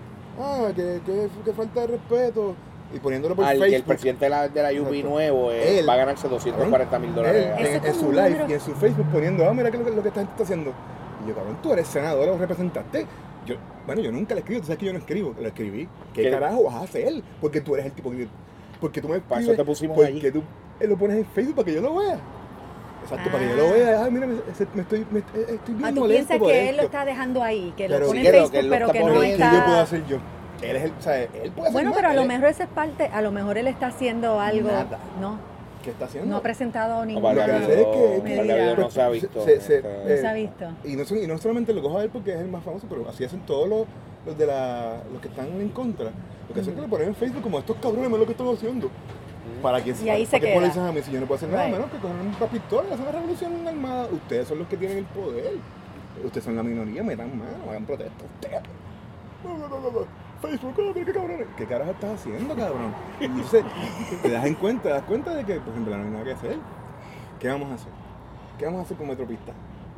Que falta de respeto. Y poniéndolo por Facebook. Que el presidente de la UPI nuevo va a ganarse $240,000. En su live y en su Facebook poniendo, mira que lo que esta gente está haciendo. Y yo, cabrón, tú eres senador o representaste. Yo nunca le escribo, tú sabes que yo no escribo, lo escribí. ¿Qué carajo vas a hacer? Porque tú eres el tipo que... Porque tú me para eso te pusimos allí. Porque tú lo pones en Facebook para que yo lo vea. Exacto, para que yo lo vea. Mira, estoy bien molesto. ¿Tú piensas que él lo está dejando ahí? Que lo pone en Facebook, pero que no está... ¿Qué yo puedo hacer yo? Él es él puede hacer bueno, pero a lo mejor esa es parte, a lo mejor él está haciendo algo, nada. ¿no? ¿Qué está haciendo? No ha presentado ningún no se ha visto. No se ha visto. Y no solamente lo cojo a él porque es el más famoso, pero así hacen todos los que están en contra. Lo que hacen es que le ponen en Facebook como estos cabrones, es lo que están haciendo. Para que y ahí se queda. Ponen a mí si yo no puedo hacer nada menos que coger una pistola y hacer una revolución armada. Ustedes son los que tienen el poder. Ustedes son la minoría, metan mano, hagan protesta. Ustedes. Facebook, qué cabrones. ¿Qué carajo estás haciendo, cabrón? Y entonces te das cuenta de que, por ejemplo, no hay nada que hacer. ¿Qué vamos a hacer? ¿Qué vamos a hacer con Metropista?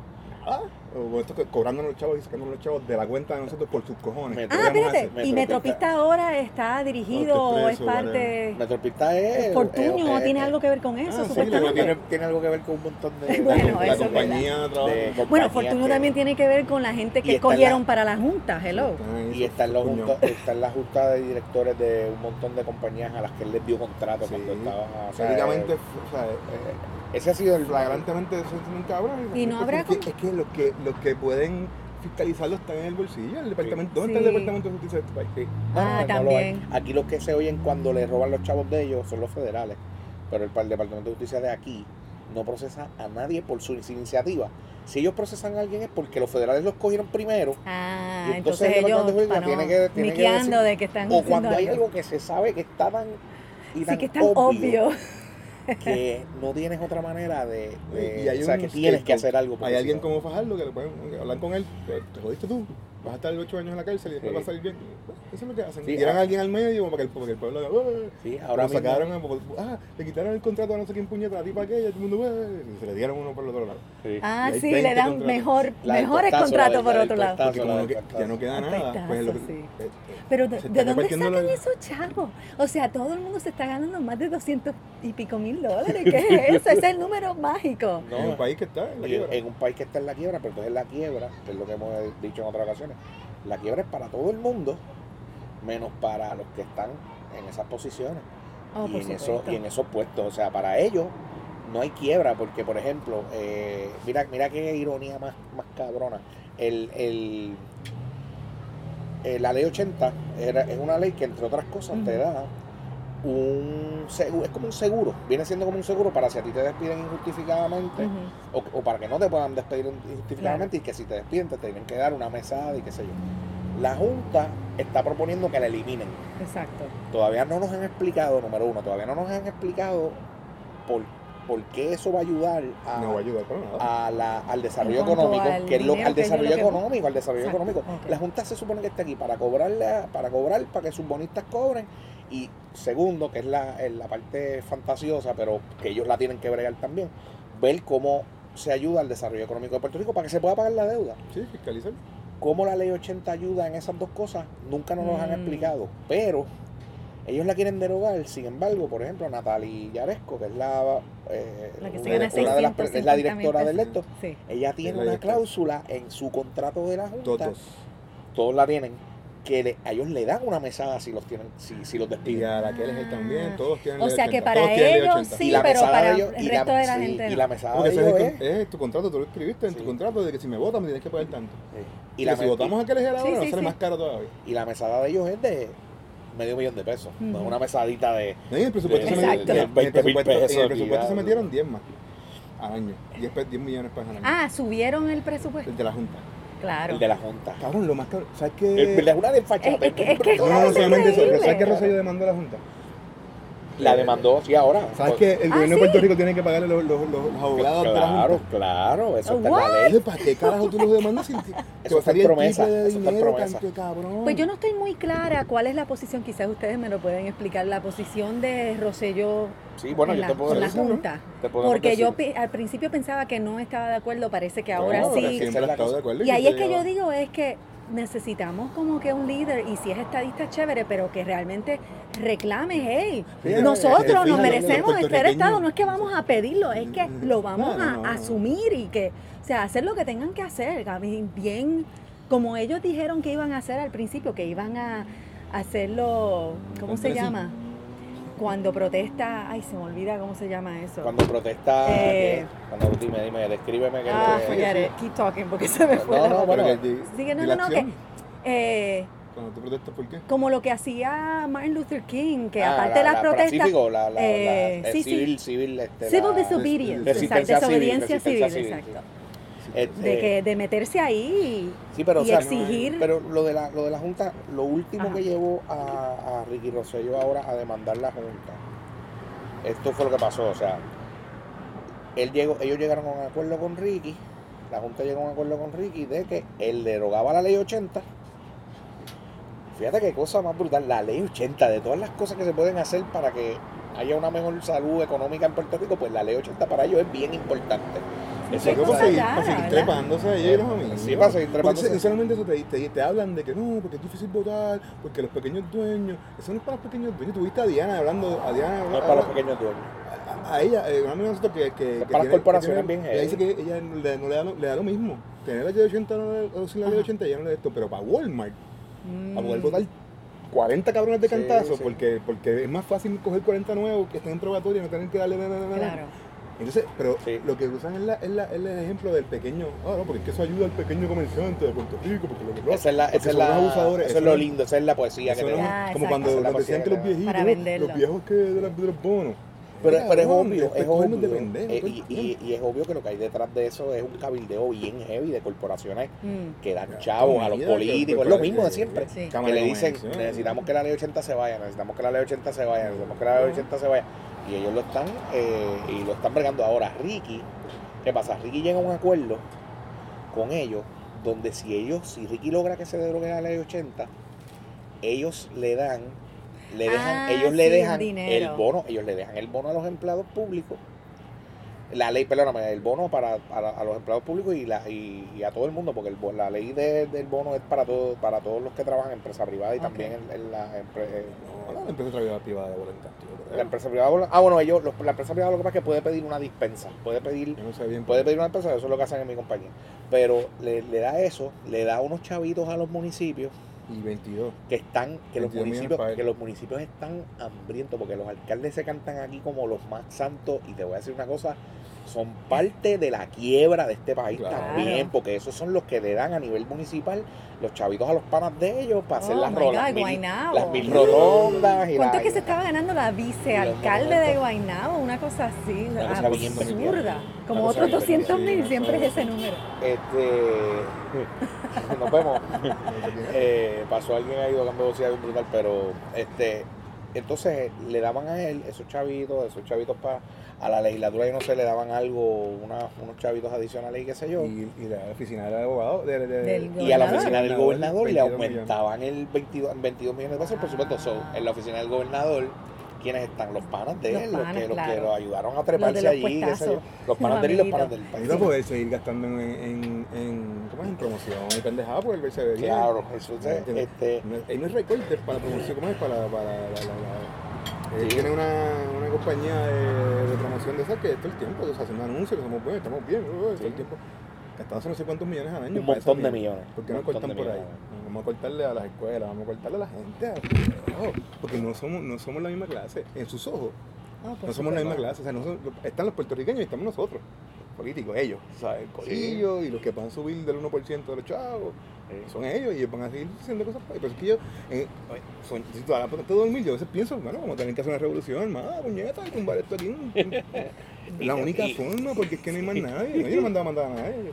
O esto cobrándonos los chavos y sacándonos los chavos de la cuenta de nosotros por sus cojones. Espérate, ¿y Metropista ahora está dirigido o es parte? Metropista es Fortunio, ¿o tiene algo que ver con eso? Supuestamente tiene algo que ver con un montón de la compañía trabaja. Bueno, Fortunio también tiene que ver con la gente que escogieron para la junta, hello. Y está en la junta de directores de un montón de compañías a las que él les dio contrato cuando estaba. Prácticamente, ese ha sido el flagrantemente un cabrón. Y no habrá es que los que pueden fiscalizarlo están en el bolsillo. El departamento, ¿dónde está el departamento de justicia de este país? También. Aquí los que se oyen cuando le roban los chavos de ellos son los federales, pero el departamento de justicia de aquí no procesa a nadie por su iniciativa. Si ellos procesan a alguien es porque los federales los cogieron primero. Y entonces ellos tiene que decir, de que están o cuando hay algo que se sabe que está tan que es tan obvio que no tienes otra manera de o sea, que tienes que hacer algo. Hay alguien como Fajardo que le pueden hablar con él, te jodiste tú, vas a estar 8 años en la cárcel y después vas a salir bien. Eso es lo que hacen. Tiran a alguien al medio para que el pueblo ahora mismo sacaron le quitaron el contrato a no sé quién puñeta, a ti para aquella, todo el mundo y se le dieron uno por el otro lado. Le dan mejores contratos por otro lado. Porque como ya no queda nada, pues pero ¿de dónde sacan esos chavos? O sea, todo el mundo se está ganando más de $200 y pico mil. ¿Qué es eso? Ese es el número mágico. No, en un país que está en la quiebra. En un país que está en la quiebra, pero entonces la quiebra, que es lo que hemos dicho en otras ocasiones, la quiebra es para todo el mundo, menos para los que están en esas posiciones y en esos puestos. O sea, para ellos no hay quiebra, porque por ejemplo, mira qué ironía más cabrona. La ley 80 es una ley que, entre otras cosas, te da un seguro, es como un seguro, viene siendo como un seguro para si a ti te despiden injustificadamente o para que no te puedan despedir injustificadamente, y que si te despiden te tienen que dar una mesada y qué sé yo. La Junta está proponiendo que la eliminen. Exacto. Todavía no nos han explicado, número uno, por qué eso va a ayudar al desarrollo económico, al desarrollo económico. Okay. La Junta se supone que está aquí para cobrar, para que sus bonistas cobren, y segundo, que es la parte fantasiosa, pero que ellos la tienen que bregar también, ver cómo se ayuda al desarrollo económico de Puerto Rico para que se pueda pagar la deuda. Sí, fiscalizar. Cómo la ley 80 ayuda en esas dos cosas, nunca nos lo han explicado, pero ellos la quieren derogar. Sin embargo, por ejemplo, Natalie Yaresco, que es la directora del electo, sí, ella tiene una cláusula en su contrato de la Junta, todos la tienen, que a ellos le dan una mesada si los despiden. Y a la que él también, todos tienen o sea que para ellos sí, pero para el resto de la gente no. Y la mesada de ellos es tu contrato, tú lo escribiste en tu contrato de que si me votan me tienes que pagar tanto. Y si votamos a que les la hora, va a ser más caro todavía. Y la mesada de ellos es de $500,000, no es una mesadita de... No, en el presupuesto se metieron 10 más al año, 10 millones para el año. Ah, subieron el presupuesto. El de la Junta. Claro. El de la Junta. Cabrón, lo más cabrón. ¿Sabes qué? Es una desfachada. No solamente eso. ¿Sabes qué Rosselló demandó a la Junta? La demandó, sí, ahora. ¿Sabes que el gobierno de Puerto Rico tiene que pagarle los abogados de la Junta? Claro, eso está en la ley. ¿Para qué carajo tú los demandas sin eso está en promesa? Pues yo no estoy muy clara cuál es la posición, quizás ustedes me lo pueden explicar, la posición de Rosselló en la Junta. Porque yo al principio pensaba que no estaba de acuerdo, parece que ahora sí. Y ahí es que yo digo, es que necesitamos como que un líder, y si es estadista chévere, pero que realmente reclame, hey, nosotros nos merecemos este estado, no es que vamos a pedirlo, es que lo vamos a asumir, y que, o sea, hacer lo que tengan que hacer, bien, como ellos dijeron que iban a hacer al principio, que iban a hacerlo, ¿cómo se llama? Cuando protesta, ay, se me olvida cómo se llama eso. Cuando protesta, cuando dime, descríbeme que keep talking, porque se me fue. Sigue, que cuando tú protestas, ¿por qué? Como lo que hacía Martin Luther King, que aparte de las protestas, civil disobedience, desobediencia civil, exacto. De meterse ahí y exigir. Pero lo de la Junta, lo último que llevó a Ricky Rosselló ahora a demandar la Junta, esto fue lo que pasó. O sea, ellos llegaron a un acuerdo con Ricky, la Junta llegó a un acuerdo con Ricky de que él derogaba la ley 80. Fíjate qué cosa más brutal, la ley 80, de todas las cosas que se pueden hacer para que haya una mejor salud económica en Puerto Rico, pues la ley 80 para ellos es bien importante. Eso es para seguir trepándose ahí los amigos. Sí, para seguir trepándose. No solamente eso, te hablan de que no, porque es difícil votar, porque los pequeños dueños, eso no es para los pequeños dueños. Tuviste a Diana hablando, no es para los pequeños dueños. A ella, una amiga de nosotros que para las corporaciones bien. Ella dice que ella le da lo mismo. Tener la ley 80 o sin la ley 80 ya no le da esto, pero para Walmart, a poder votar 40 cabrones de cantazo, porque es más fácil coger 40 nuevos que estén en probatoria y no tener que darle Claro. Entonces, pero lo que usan es el ejemplo del pequeño, no, porque es que eso ayuda al pequeño comerciante de Puerto Rico, porque lo que esa es los abusadores, eso es lo lindo, esa es la poesía que tenemos. Como cuando decían que los viejitos, los viejos que de los bonos. Pero es obvio, y es obvio que lo que hay detrás de eso es un cabildeo bien heavy de corporaciones que dan chavos a los políticos, es lo mismo de siempre, que le dicen, necesitamos que la ley 80 se vaya, necesitamos que la ley 80 se vaya, y ellos lo están bregando ahora. Ricky, ¿qué pasa? Ricky llega a un acuerdo con ellos, donde si Ricky logra que se derogue la ley 80, ellos le dejan el bono, a los empleados públicos. La ley, el bono para los empleados públicos y a todo el mundo, porque la ley del bono es para todos los que trabajan en empresa privada y también en la empresa privada de voluntad. La empresa privada, la empresa privada lo que pasa es que puede pedir una dispensa, puede pedir una dispensa, eso es lo que hacen en mi compañía, pero le da unos chavitos a los municipios Y 22. Que los municipios están hambrientos, porque los alcaldes se cantan aquí como los más santos, y te voy a decir una cosa, son parte de la quiebra de este país también, porque esos son los que le dan a nivel municipal los chavitos a los panas de ellos para hacer las mil rotondas. ¿Cuánto es que se estaba ganando la vicealcalde de Guaynabo? Una cosa así, absurda. Como otros 200,000, siempre es ese número. Nos vemos. Pasó alguien ahí tocando velocidad brutal, pero entonces le daban a él esos chavitos a la legislatura, y no sé, le daban algo, unos chavitos adicionales y qué sé yo. Y la oficina del abogado, y a la oficina del gobernador le aumentaban el 22 millones de pesos, por supuesto. En la oficina del gobernador, ¿quiénes están? Los panas de él, los que lo ayudaron a treparse allí, qué sé yo. Los panas de él y los panas del país. Y no poder seguir gastando en promoción y pendejada, porque él se ve bien. Claro, eso es. Ahí no hay recortes para la promoción, ¿cómo es? Tiene una compañía de promoción de esas que todo el tiempo, haciendo anuncios, que somos buenos, estamos bien, todo el tiempo. Gastando no sé cuántos millones al año. Un montón de millones. ¿Por qué no cortan por ahí? Vamos a cortarle a las escuelas, vamos a cortarle a la gente. Porque no somos la misma clase, en sus ojos. No somos la misma clase. O sea, están los puertorriqueños y estamos nosotros, los políticos, ellos. O sea, el corillo y los que van a subir del 1% de los chavos. Son ellos y ellos van a seguir haciendo cosas. Pero es que yo, si tú vas a dormir, yo a veces pienso, bueno, vamos a tener que hacer una revolución armada, puñeta, y tumbar esto aquí. La única forma, porque es que no hay más nadie. Yo no mandaba a nadie.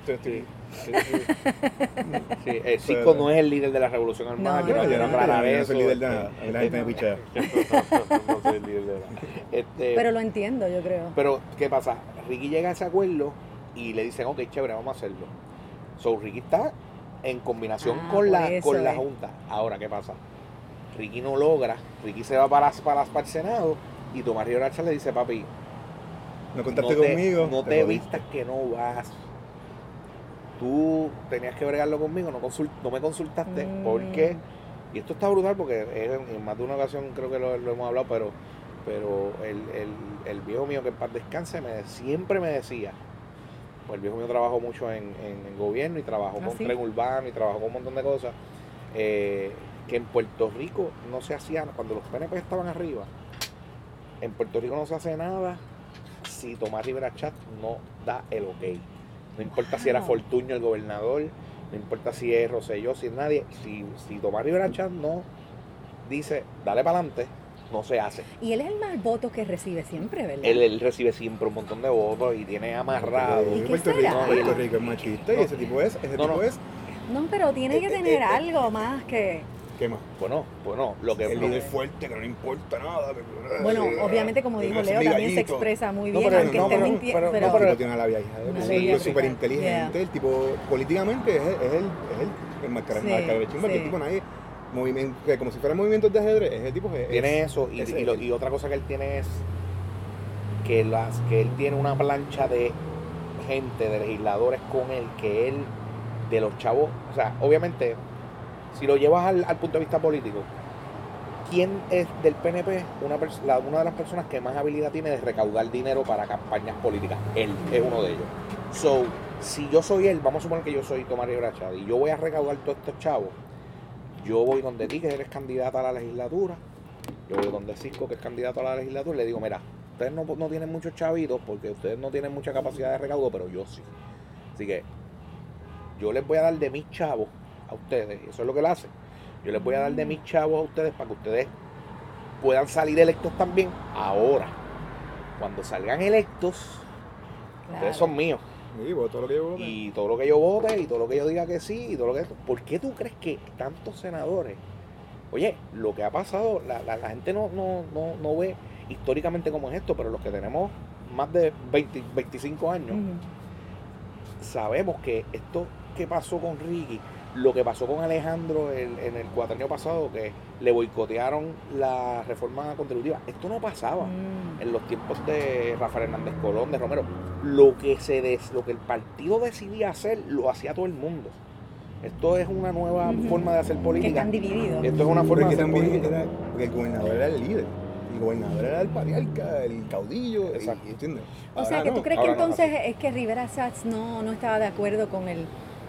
El Cisco no es el líder de la revolución armada. Yo no soy el líder de nada. La gente me pichea. No soy el líder de nada. Pero lo entiendo, yo creo. Pero, ¿qué pasa? Ricky llega a ese acuerdo y le dicen, ok, chévere, vamos a hacerlo. So, Ricky está en combinación con la Junta. Ahora, ¿qué pasa? Ricky no logra, Ricky se va para el Senado y Tomás Rivera Chatz le dice, papi, no contaste conmigo. No te vistas que no vas. Tú tenías que bregarlo conmigo, no me consultaste. ¿Por qué? Y esto está brutal porque en más de una ocasión creo que lo hemos hablado, pero el viejo mío, que en paz descanse, siempre me decía, pues el viejo mío trabajó mucho en gobierno y trabajó con tren urbano y trabajó con un montón de cosas, que en Puerto Rico no se hacía, cuando los PNP estaban arriba, en Puerto Rico no se hace nada si Tomás Rivera Chatz no da el ok. No importa si era Fortuño el gobernador, no importa si es Rosselló, si es nadie, si Tomás Rivera Chatz no dice, dale para adelante, no se hace. Y él es el más voto que recibe siempre, ¿verdad? Él recibe siempre un montón de votos y tiene amarrado. ¿Y qué será? Puerto Rico es machista y ese tipo es. No, pero tiene que tener algo más que... ¿Qué más? Bueno, lo que... El líder fuerte, que no le importa nada. Bueno, obviamente, como dijo Leo, también se expresa muy bien, aunque esté mintiendo. Pero tiene una labia hija, súper inteligente. El tipo, políticamente, es el marcador, el tipo nadie... como si fueran movimientos de ajedrez, ese tipo tiene eso, y otra cosa que él tiene es que él tiene una plancha de gente, de legisladores con él, que él, de los chavos, o sea, obviamente, si lo llevas al punto de vista político, ¿quién es del PNP una de las personas que más habilidad tiene de recaudar dinero para campañas políticas? Él es uno de ellos. So, si yo soy él, vamos a suponer que yo soy Tomás Rivera Chatz y yo voy a recaudar todos estos chavos, yo voy donde ti, que eres candidata a la legislatura, yo voy donde Cisco, que es candidato a la legislatura, y le digo, mira, ustedes no tienen muchos chavitos porque ustedes no tienen mucha capacidad de recaudo, pero yo sí. Así que yo les voy a dar de mis chavos a ustedes, y eso es lo que él hace. Yo les voy a dar de mis chavos a ustedes para que ustedes puedan salir electos también. Ahora, cuando salgan electos, ustedes son míos. Sí, todo lo que yo vote. Y todo lo que yo vote, y todo lo que yo diga que sí, y todo lo que... ¿Por qué tú crees que tantos senadores... Oye, lo que ha pasado, la gente no ve históricamente cómo es esto, pero los que tenemos más de 25 años, sabemos que esto que pasó con Ricky, lo que pasó con Alejandro en el cuatrienio pasado, que le boicotearon la reforma contributiva, esto no pasaba en los tiempos de Rafael Hernández Colón, de Romero. Lo que el partido decidía hacer, lo hacía todo el mundo. Esto es una nueva forma de hacer política. Que están divididos. Esto es una forma de hacer política. Porque el gobernador era el líder. El gobernador era el patriarca, el caudillo. Exacto. ¿Entiendes? O sea, que tú crees que entonces es que Rivera Chatz no estaba de acuerdo con el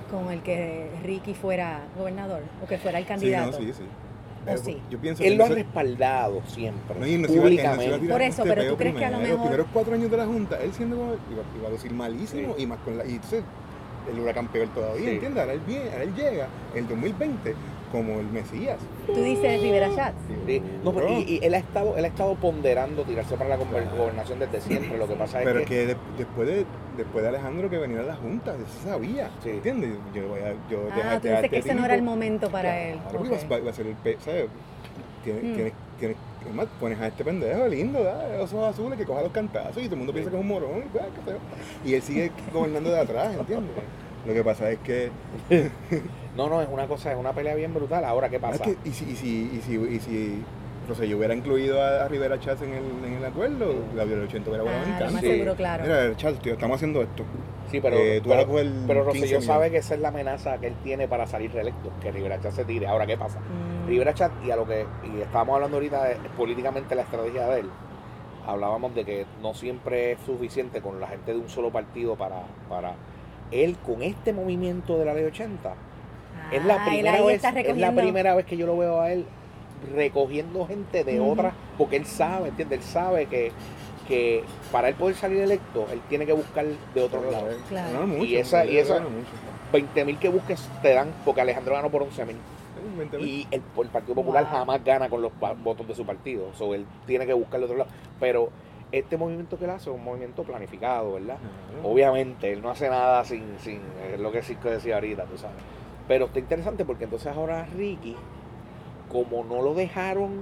con el que Ricky fuera gobernador o que fuera el candidato. Sí. Sí. Yo pienso él lo ha respaldado siempre, públicamente. Por eso, pero tú crees que a lo mejor... Los primeros 4 años de la Junta, él siendo iba a decir malísimo, y más con la... Y entonces, el huracán peor todavía, ¿entiendes? Ahora él llega en 2020 como el Mesías. Tú dices Rivera Schatz. Sí. No, pero y él ha estado ponderando tirarse para la gobernación desde siempre. Lo que pasa pero es que después de Alejandro que venía a la Junta, eso se sabía, ¿entiendes? Tú dices que ese no era el momento para él. Va a ser el ¿sabes? Tienes además, pones a este pendejo lindo, esos azules que coja los cantazos y todo el mundo piensa que es un morón, y él sigue gobernando de atrás, ¿entiendes? Lo que pasa es que no, es una pelea bien brutal. Ahora, ¿qué pasa? Y si Rosselló hubiera incluido a Rivera Schatz en el acuerdo, Gabriel Ochento hubiera ganado en más seguro, claro. Mira, Schatz, tío, estamos haciendo esto. Sí, pero Rosselló sabe que esa es la amenaza que él tiene para salir reelecto, que Rivera Schatz se tire. Ahora, ¿qué pasa? Rivera Schatz, y estábamos hablando ahorita de políticamente la estrategia de él, hablábamos de que no siempre es suficiente con la gente de un solo partido para él, con este movimiento de la ley 80, es la primera vez que yo lo veo a él recogiendo gente de otras, porque él sabe, ¿entiendes? Él sabe que para él poder salir electo, él tiene que buscar de otro lado. Claro. No, y esa 20,000 que busques te dan, porque Alejandro ganó por 11,000. Y el Partido Popular jamás gana con los votos de su partido. So, él tiene que buscar de otro lado. Pero este movimiento que él hace es un movimiento planificado, ¿verdad? Obviamente, él no hace nada sin es lo que Cisco decía ahorita, tú sabes. Pero está interesante porque entonces ahora Ricky, como no lo dejaron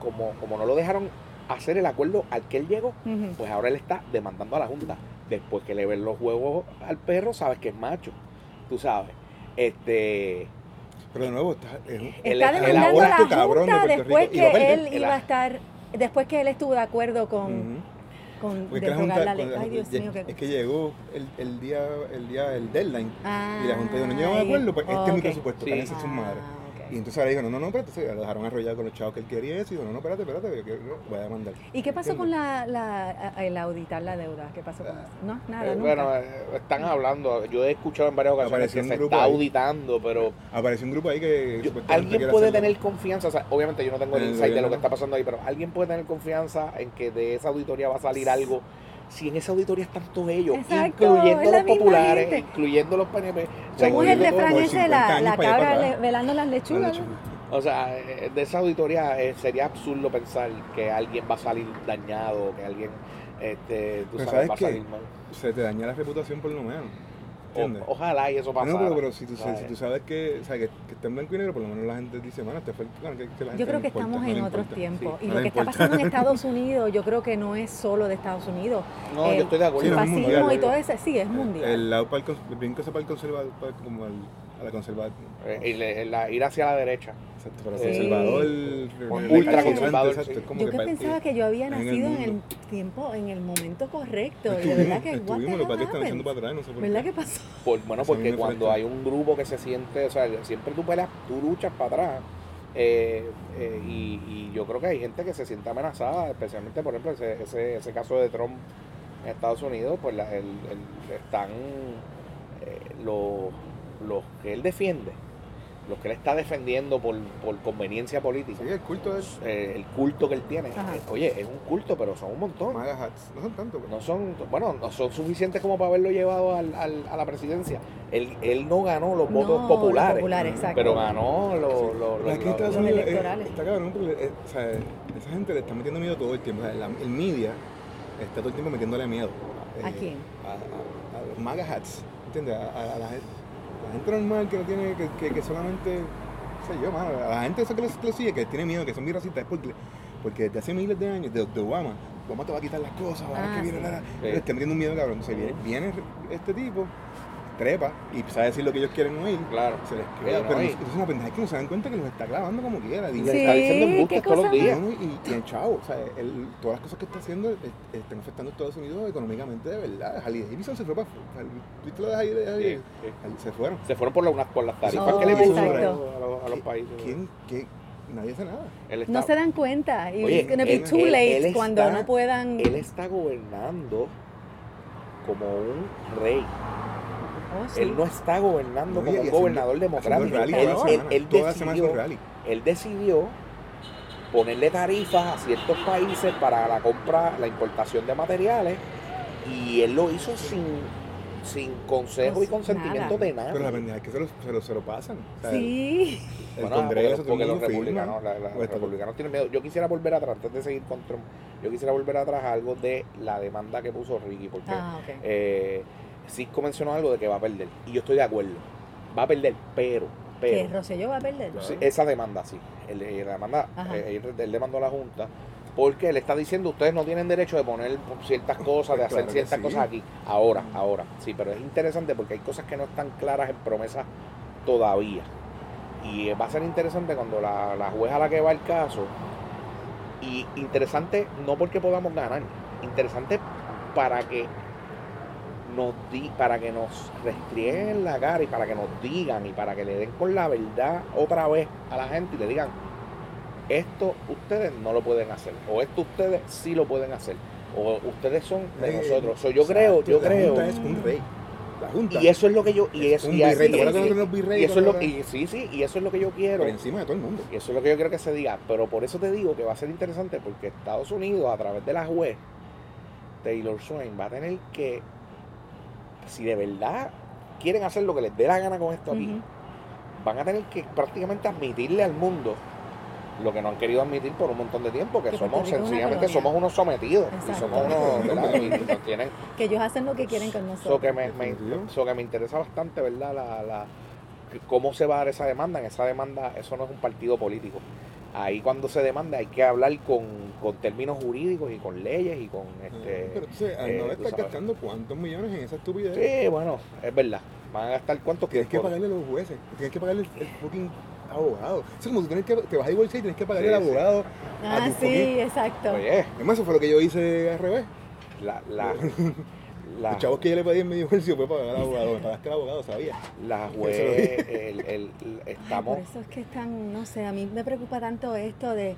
hacer el acuerdo al que él llegó, pues ahora él está demandando a la Junta. Después que le ven los huevos al perro, sabes que es macho, tú sabes. Pero de nuevo, está demandando a la Junta después que él iba a estar, después que él estuvo de acuerdo con derogar la ley. Ay, Dios mío, es que llegó el deadline y la Junta dijo, no llegamos de acuerdo, pues este es mi presupuesto, que ese es su madre. Y entonces ahora dijo, no, pero entonces lo dejaron arrollado con los chavos que él quería y dijo, no, espérate, voy a demandar. ¿Y qué pasó con el auditar la deuda? ¿Qué pasó con eso? No, nada, nunca. Bueno, están hablando, yo he escuchado en varias ocasiones que se está auditando, pero... Apareció un grupo ahí que... Alguien puede tener confianza, o sea, obviamente yo no tengo el insight de lo que está pasando ahí, pero alguien puede tener confianza en que de esa auditoría va a salir algo. Si en esa auditoría están todos ellos, incluyendo los populares, incluyendo los PNP. ¿Cómo es el refrán ese? La cabra velando las lechugas. O sea, de esa auditoría sería absurdo pensar que alguien va a salir dañado, que alguien va a salir mal. Se te daña la reputación por lo menos. Ojalá y eso pasa. No, pero si tú sabes que está en blanco y negro, por lo menos la gente dice, bueno, que la gente yo creo que estamos en otros tiempos. Sí. Y lo que está pasando en Estados Unidos, yo creo que no es solo de Estados Unidos. No, yo estoy de acuerdo. El fascismo y todo eso, sí, es mundial. El brinco para el conservador, como a la conservadora. Ir hacia la derecha. Exacto, para el conservador, ultra conservador. Yo que pensaba que yo había nacido en el momento correcto. Y de verdad que ¿verdad que pasó? Bueno, porque cuando hay un grupo que se siente, o sea, siempre tú luchas para atrás. Y yo creo que hay gente que se siente amenazada, especialmente, por ejemplo, ese caso de Trump en Estados Unidos, pues están los que él defiende, los que él está defendiendo por conveniencia política. Sí, el culto es... el culto que él tiene. Oye, es un culto, pero son un montón. No son tantos. No son suficientes como para haberlo llevado a la presidencia. Él no ganó los votos populares, pero ganó los electorales. Está cabrón porque esa gente le está metiendo miedo todo el tiempo. O sea, el media está todo el tiempo metiéndole miedo. ¿A quién? A los MAGA hats, ¿entiendes? A la gente normal que no tiene, que solamente, no sé yo, mano, a la gente esa que les sigue, que tiene miedo, que son bien racistas, es porque desde hace miles de años, de Obama te va a quitar las cosas, ahora que viene le está metiendo un miedo cabrón. Entonces viene este tipo, trepa y sabe decir lo que ellos quieren oír. Claro. Se les queda, pero es una pendeja que no se dan cuenta que los está clavando como quiera. Y le está diciendo embustes todos los días. Y el chavo, o sea, todas las cosas que está haciendo están afectando a Estados Unidos económicamente de verdad. Harley Davidson se fue para... ¿Viste lo de Harley? Se fueron. Se fueron por las tarifas que le puso a los países. Nadie hace nada. No se dan cuenta. Y it's gonna be too late cuando no puedan... Él está gobernando como un rey. sí. Él no está gobernando como un gobernador democrático. Él decidió ponerle tarifas a ciertos países para la compra, la importación de materiales, y él lo hizo sin consejo y consentimiento de nada. Pero la pendeja es que se lo pasan. O sea, sí. El Congreso, porque los republicanos, los republicanos tienen miedo. Yo quisiera volver atrás, antes de seguir con Trump, yo quisiera volver atrás a algo de la demanda que puso Ricky, porque Cisco mencionó algo de que va a perder, y yo estoy de acuerdo. Va a perder, pero ¿Que Rosselló va a perder? Sí, esa demanda, sí. Él demandó a la Junta porque él está diciendo ustedes no tienen derecho de poner ciertas cosas, de hacer ciertas cosas aquí. Ahora. Sí, pero es interesante porque hay cosas que no están claras en promesas todavía. Y va a ser interesante cuando la jueza a la que va el caso, y interesante no porque podamos ganar, interesante para que nos restrieguen la cara y para que nos digan y para que le den con la verdad otra vez a la gente y le digan, esto ustedes no lo pueden hacer, o esto ustedes sí lo pueden hacer, o ustedes son de nosotros. Yo creo. La Junta es un rey. La Junta. Y eso es lo que yo. Y eso, un virrey. ¿Te acuerdas de los virreyes? Y eso es lo y eso es lo que yo quiero. Por encima de todo el mundo. Y eso es lo que yo quiero que se diga. Pero por eso te digo que va a ser interesante, porque Estados Unidos, a través de la juez Taylor Swain, va a tener que, si de verdad quieren hacer lo que les dé la gana con esto aquí, van a tener que prácticamente admitirle al mundo lo que no han querido admitir por un montón de tiempo, que somos sencillamente somos unos sometidos. Exacto. Y somos unos, ¿verdad? Y nos tienen, que ellos hacen lo que quieren con nosotros. Que me interesa bastante, ¿verdad? Cómo se va a dar esa demanda. En esa demanda, eso no es un partido político. Ahí cuando se demanda hay que hablar con términos jurídicos y con leyes y con Pero entonces, al no estar gastando ¿cuántos millones en esa estupidez? Sí, bueno, es verdad. Van a gastar cuántos. Tienes que pagarle a los jueces, tienes que pagarle el fucking abogado. Eso es como si te vas a divorciar y tienes que pagarle al abogado. Sí, exacto. Oye. Además, eso fue lo que yo hice al revés. Los chavos que yo le pedí en mi divorcio fue pagar al abogado. Me pagaste al abogado, sabía. La juez, estamos. Por eso es que están, no sé, a mí me preocupa tanto esto de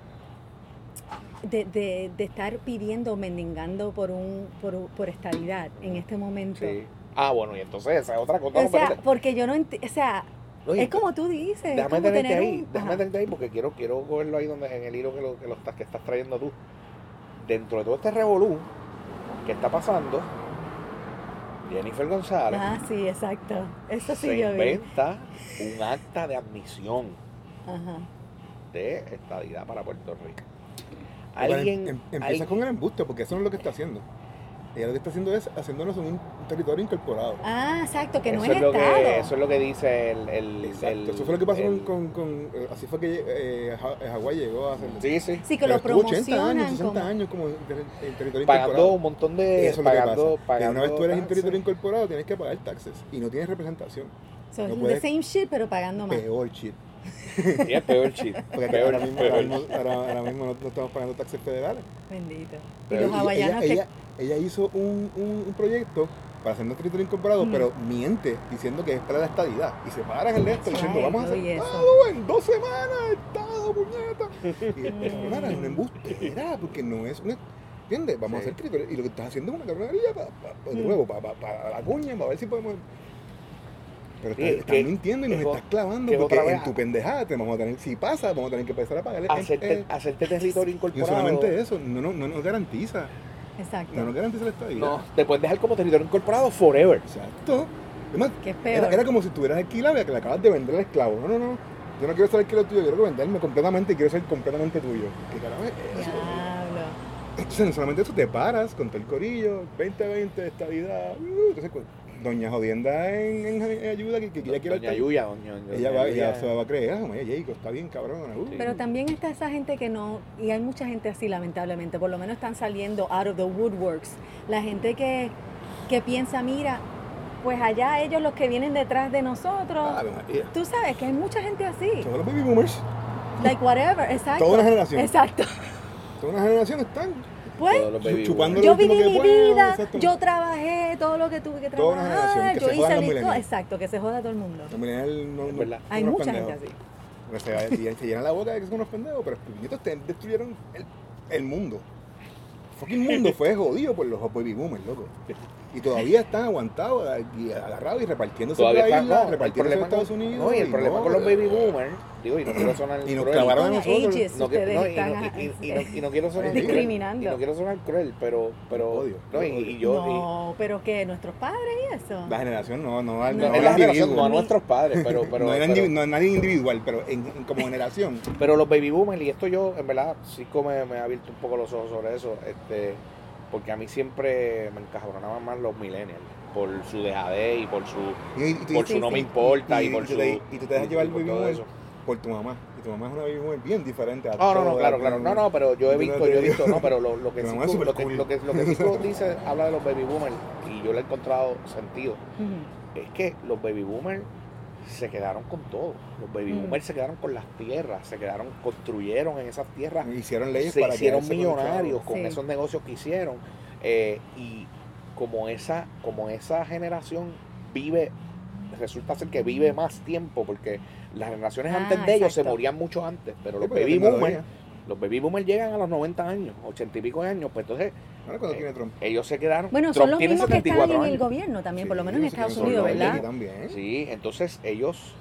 estar pidiendo, mendigando por estabilidad en este momento. Sí. Bueno, y entonces esa es otra cosa. O sea, porque yo no entiendo, o sea, es como tú dices. Déjame tenerte ahí, porque quiero cogerlo ahí donde en el hilo que estás trayendo tú. Dentro de todo este revolú que está pasando, Jennifer González. Sí, exacto. Eso sí se yo vi. inventa un acta de admisión de estadidad para Puerto Rico. Empieza con el embuste, porque eso no es lo que está haciendo. Ella lo que está haciendo es haciéndonos un territorio incorporado. Exacto, que no es Estado. Eso es lo que dice eso fue lo que pasó con así fue que Hawái llegó a hacer. Sí, que lo promocionan 80 años, 60 años como en territorio pagando incorporado. Un montón de... Eso es lo que pasa. Una vez tú eres en territorio incorporado, tienes que pagar taxes y no tienes representación. So no the same shit, pero pagando más. Peor shit. Sí, es peor shit. Porque ahora mismo no estamos pagando taxes federales. Bendito. Y los hawaianos ella hizo un proyecto para hacer un territorio incorporado, pero miente diciendo que es para la estadidad. Y se para en el resto diciendo, vamos a hacer Estado en 2 semanas, Estado, puñeta. Y eso es un embuste, porque no es una... ¿Entiendes? Vamos a hacer territorio. Y lo que estás haciendo es una cabronería de nuevo, para la cuña, para ver si podemos... Pero estás mintiendo y nos estás clavando, porque en tu pendejada vamos a tener, si pasa, vamos a tener que empezar a pagarle. Hacerte territorio incorporado. Y solamente eso, no nos garantiza. Exacto. No nos garantiza la estabilidad. No, te puedes dejar como territorio incorporado forever. Exacto. Además, qué peor. Era como si estuvieras alquilado y que le acabas de vender al esclavo. No. Yo no quiero ser alquilado tuyo, yo quiero venderme completamente y quiero ser completamente tuyo. ¿Qué carajo es eso? Diablo. Entonces, no solamente eso, te paras con todo el corillo, 2020, estabilidad. Entonces, doña Jodienda en ayuda que ella quiere doña Yuya, ella se va a creer, Jacob, está bien cabrón. Pero también está esa gente que no, y hay mucha gente así lamentablemente, por lo menos están saliendo out of the woodworks, la gente que piensa, mira, pues allá ellos los que vienen detrás de nosotros, tú sabes que hay mucha gente así. Todos los baby boomers. Like whatever, exacto. Toda una generación. Exacto. Toda una generación están... Pues, chupando yo viví mi vida, exacto. Yo trabajé todo lo que tuve que trabajar, yo hice mi cosa, exacto, que se joda todo el mundo. Hay mucha gente así. Se llenan la boca de que son unos pendejos, pero los nietos destruyeron el mundo. El fucking mundo fue jodido por los baby boomers, loco. Y todavía están aguantados y agarrados y repartiéndose por la isla, repartiéndose en Estados Unidos. No, y el problema con los baby boomers, digo, y no quiero sonar y nos clavaron a nosotros. Y no quiero sonar discriminando. Y no quiero sonar cruel, pero odio. No, pero que nuestros padres y eso. La generación no es la generación, no a nuestros padres, pero no es nadie individual, pero como generación. Pero los baby boomers, y esto yo, en verdad, sí me ha abierto un poco los ojos sobre eso, porque a mí siempre me encabronaban más los millennials por su dejadez y por su no me importa y por su... Y tú te dejas llevar el baby boomer por tu mamá. Y tu mamá es una baby boomer bien diferente a claro. No, pero yo he visto, no, pero lo que Cisco dice, habla de los baby boomers, y yo le he encontrado sentido, es que los baby boomers se quedaron con todo. Los baby boomers se quedaron con las tierras, construyeron en esas tierras, hicieron leyes se hicieron millonarios con esos negocios que hicieron, y como esa generación resulta ser que vive más tiempo, porque las generaciones antes de ellos se morían mucho antes, pero los baby boomers llegan a los 90 años, 80 y pico de años, pues entonces tiene Trump. Ellos se quedaron. Bueno, son los mismos que están en el gobierno también, por lo menos en Estados Unidos, ¿verdad? Sí, entonces ellos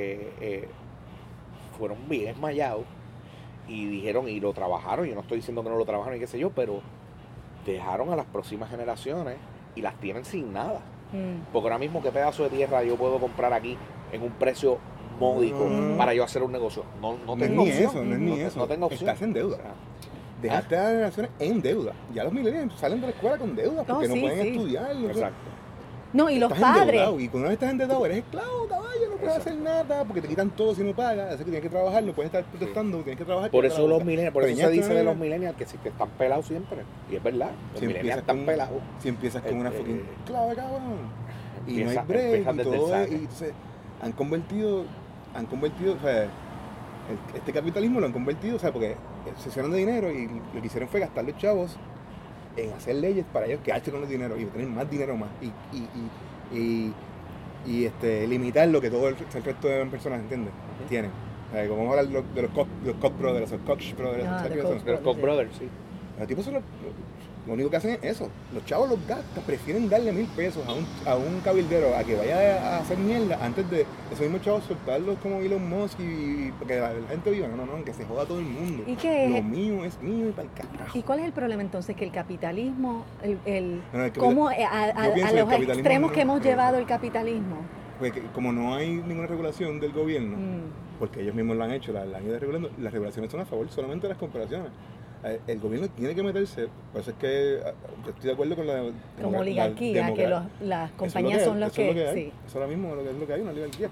fueron bien esmayados y dijeron, y lo trabajaron, yo no estoy diciendo que no lo trabajaron y qué sé yo, pero dejaron a las próximas generaciones y las tienen sin nada. Porque ahora mismo, ¿qué pedazo de tierra yo puedo comprar aquí en un precio módico para yo hacer un negocio? No tengo opción. No es ni eso. No tengo opción. Estás en deuda. Dejaste a las generaciones en deuda. Ya los millennials salen de la escuela con deuda porque no pueden estudiar. Exacto. No, y los padres. Y cuando estás endeudado, eres esclavo, caballo, no puedes hacer nada porque te quitan todo si no pagas. Así que tienes que trabajar, no puedes estar protestando, tienes que trabajar. Por eso los millennials, por eso se dice de los millennials que están pelados siempre. Y es verdad, los millennials están pelados. Si empiezas con una fucking clave, cabrón. Y no hay break y todo. Y entonces han convertido, o sea, este capitalismo lo han convertido, o sea, porque se hicieron de dinero y lo que hicieron fue gastar los chavos en hacer leyes para ellos quedarse con los dinero y tener más dinero más y limitar lo que todo el resto de personas, ¿entiendes? Tienen. O sea, como vamos a hablar de los Koch brothers, los Koch brothers, los Koch brothers, sí. Los tipos lo único que hacen es eso. Los chavos los gastan, prefieren darle $1,000 a un cabildero a que vaya a hacer mierda antes de esos mismos chavos soltarlos como Elon Musk y porque la gente viva. No, que se joda todo el mundo. ¿Y qué? Lo mío es mío y para el carajo. ¿Y cuál es el problema entonces? Que el capitalismo, ¿cómo a los extremos que hemos llevado el capitalismo? Pues como no hay ninguna regulación del gobierno, porque ellos mismos lo han hecho, la han ido regulando, las regulaciones son a favor solamente de las corporaciones. El gobierno tiene que meterse, por eso es que yo estoy de acuerdo con la como oligarquía, que las compañías son los que sí. Eso ahora mismo es lo que hay, una oligarquía.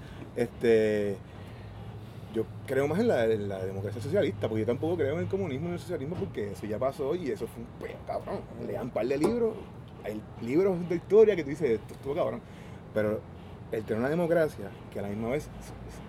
Yo creo más en la democracia socialista, porque yo tampoco creo en el comunismo ni en el socialismo, porque eso ya pasó y eso fue un pues, cabrón. Lean un par de libros, hay libros de historia que tú dices, esto estuvo cabrón, pero el tener una democracia que a la misma vez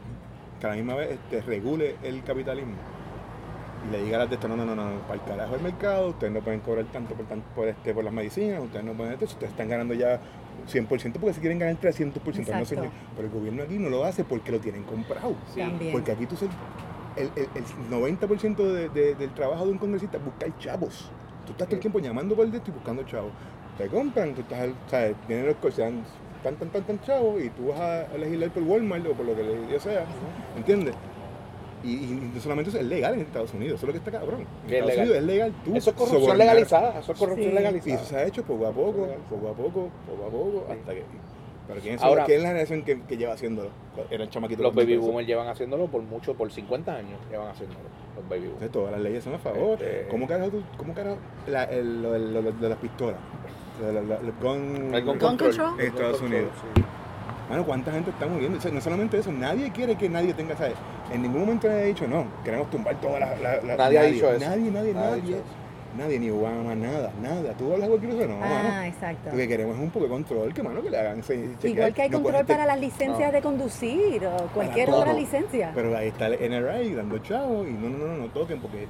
regule el capitalismo y le diga a las de esto, no, para el carajo el mercado, ustedes no pueden cobrar tanto por las medicinas, ustedes no pueden ustedes están ganando ya 100% porque si quieren ganar 300%, no señor, pero el gobierno aquí no lo hace porque lo tienen comprado, porque aquí tú el 90% del trabajo de un congresista es buscar chavos, tú estás todo el tiempo llamando por el de esto y buscando chavos, te compran, tú estás, ¿sabes? Vienen los coches, tan chavos y tú vas a legislar por Walmart o por lo que yo sea, ¿entiendes? Y no solamente eso es legal en Estados Unidos, eso es lo que está cabrón. En Estados Unidos es legal tú. Eso es corrupción legalizada, Y eso se ha hecho poco a poco, hasta que... Pero ¿quién es la generación que lleva haciéndolo? Eran chamaquitos. Los baby boomers llevan haciéndolo por 50 años llevan haciéndolo, los baby boomers. Entonces, todas las leyes son a favor. ¿Cómo carajo lo de las pistolas? El gun control en Estados Unidos. Sí. Bueno, ¿cuánta gente está muriendo? O sea, no solamente eso, nadie quiere que nadie tenga, ¿sabes? En ningún momento nadie ha dicho, no, queremos tumbar todas las... Nadie ha dicho eso. Nadie, ni Obama, nada. ¿Tú hablas de cualquier cosa? No, exacto. Lo que queremos es un poco de control, que le hagan... Igual que hay control para las licencias de conducir o cualquier otra licencia. Pero ahí está el NRA dando chavos y no toquen porque...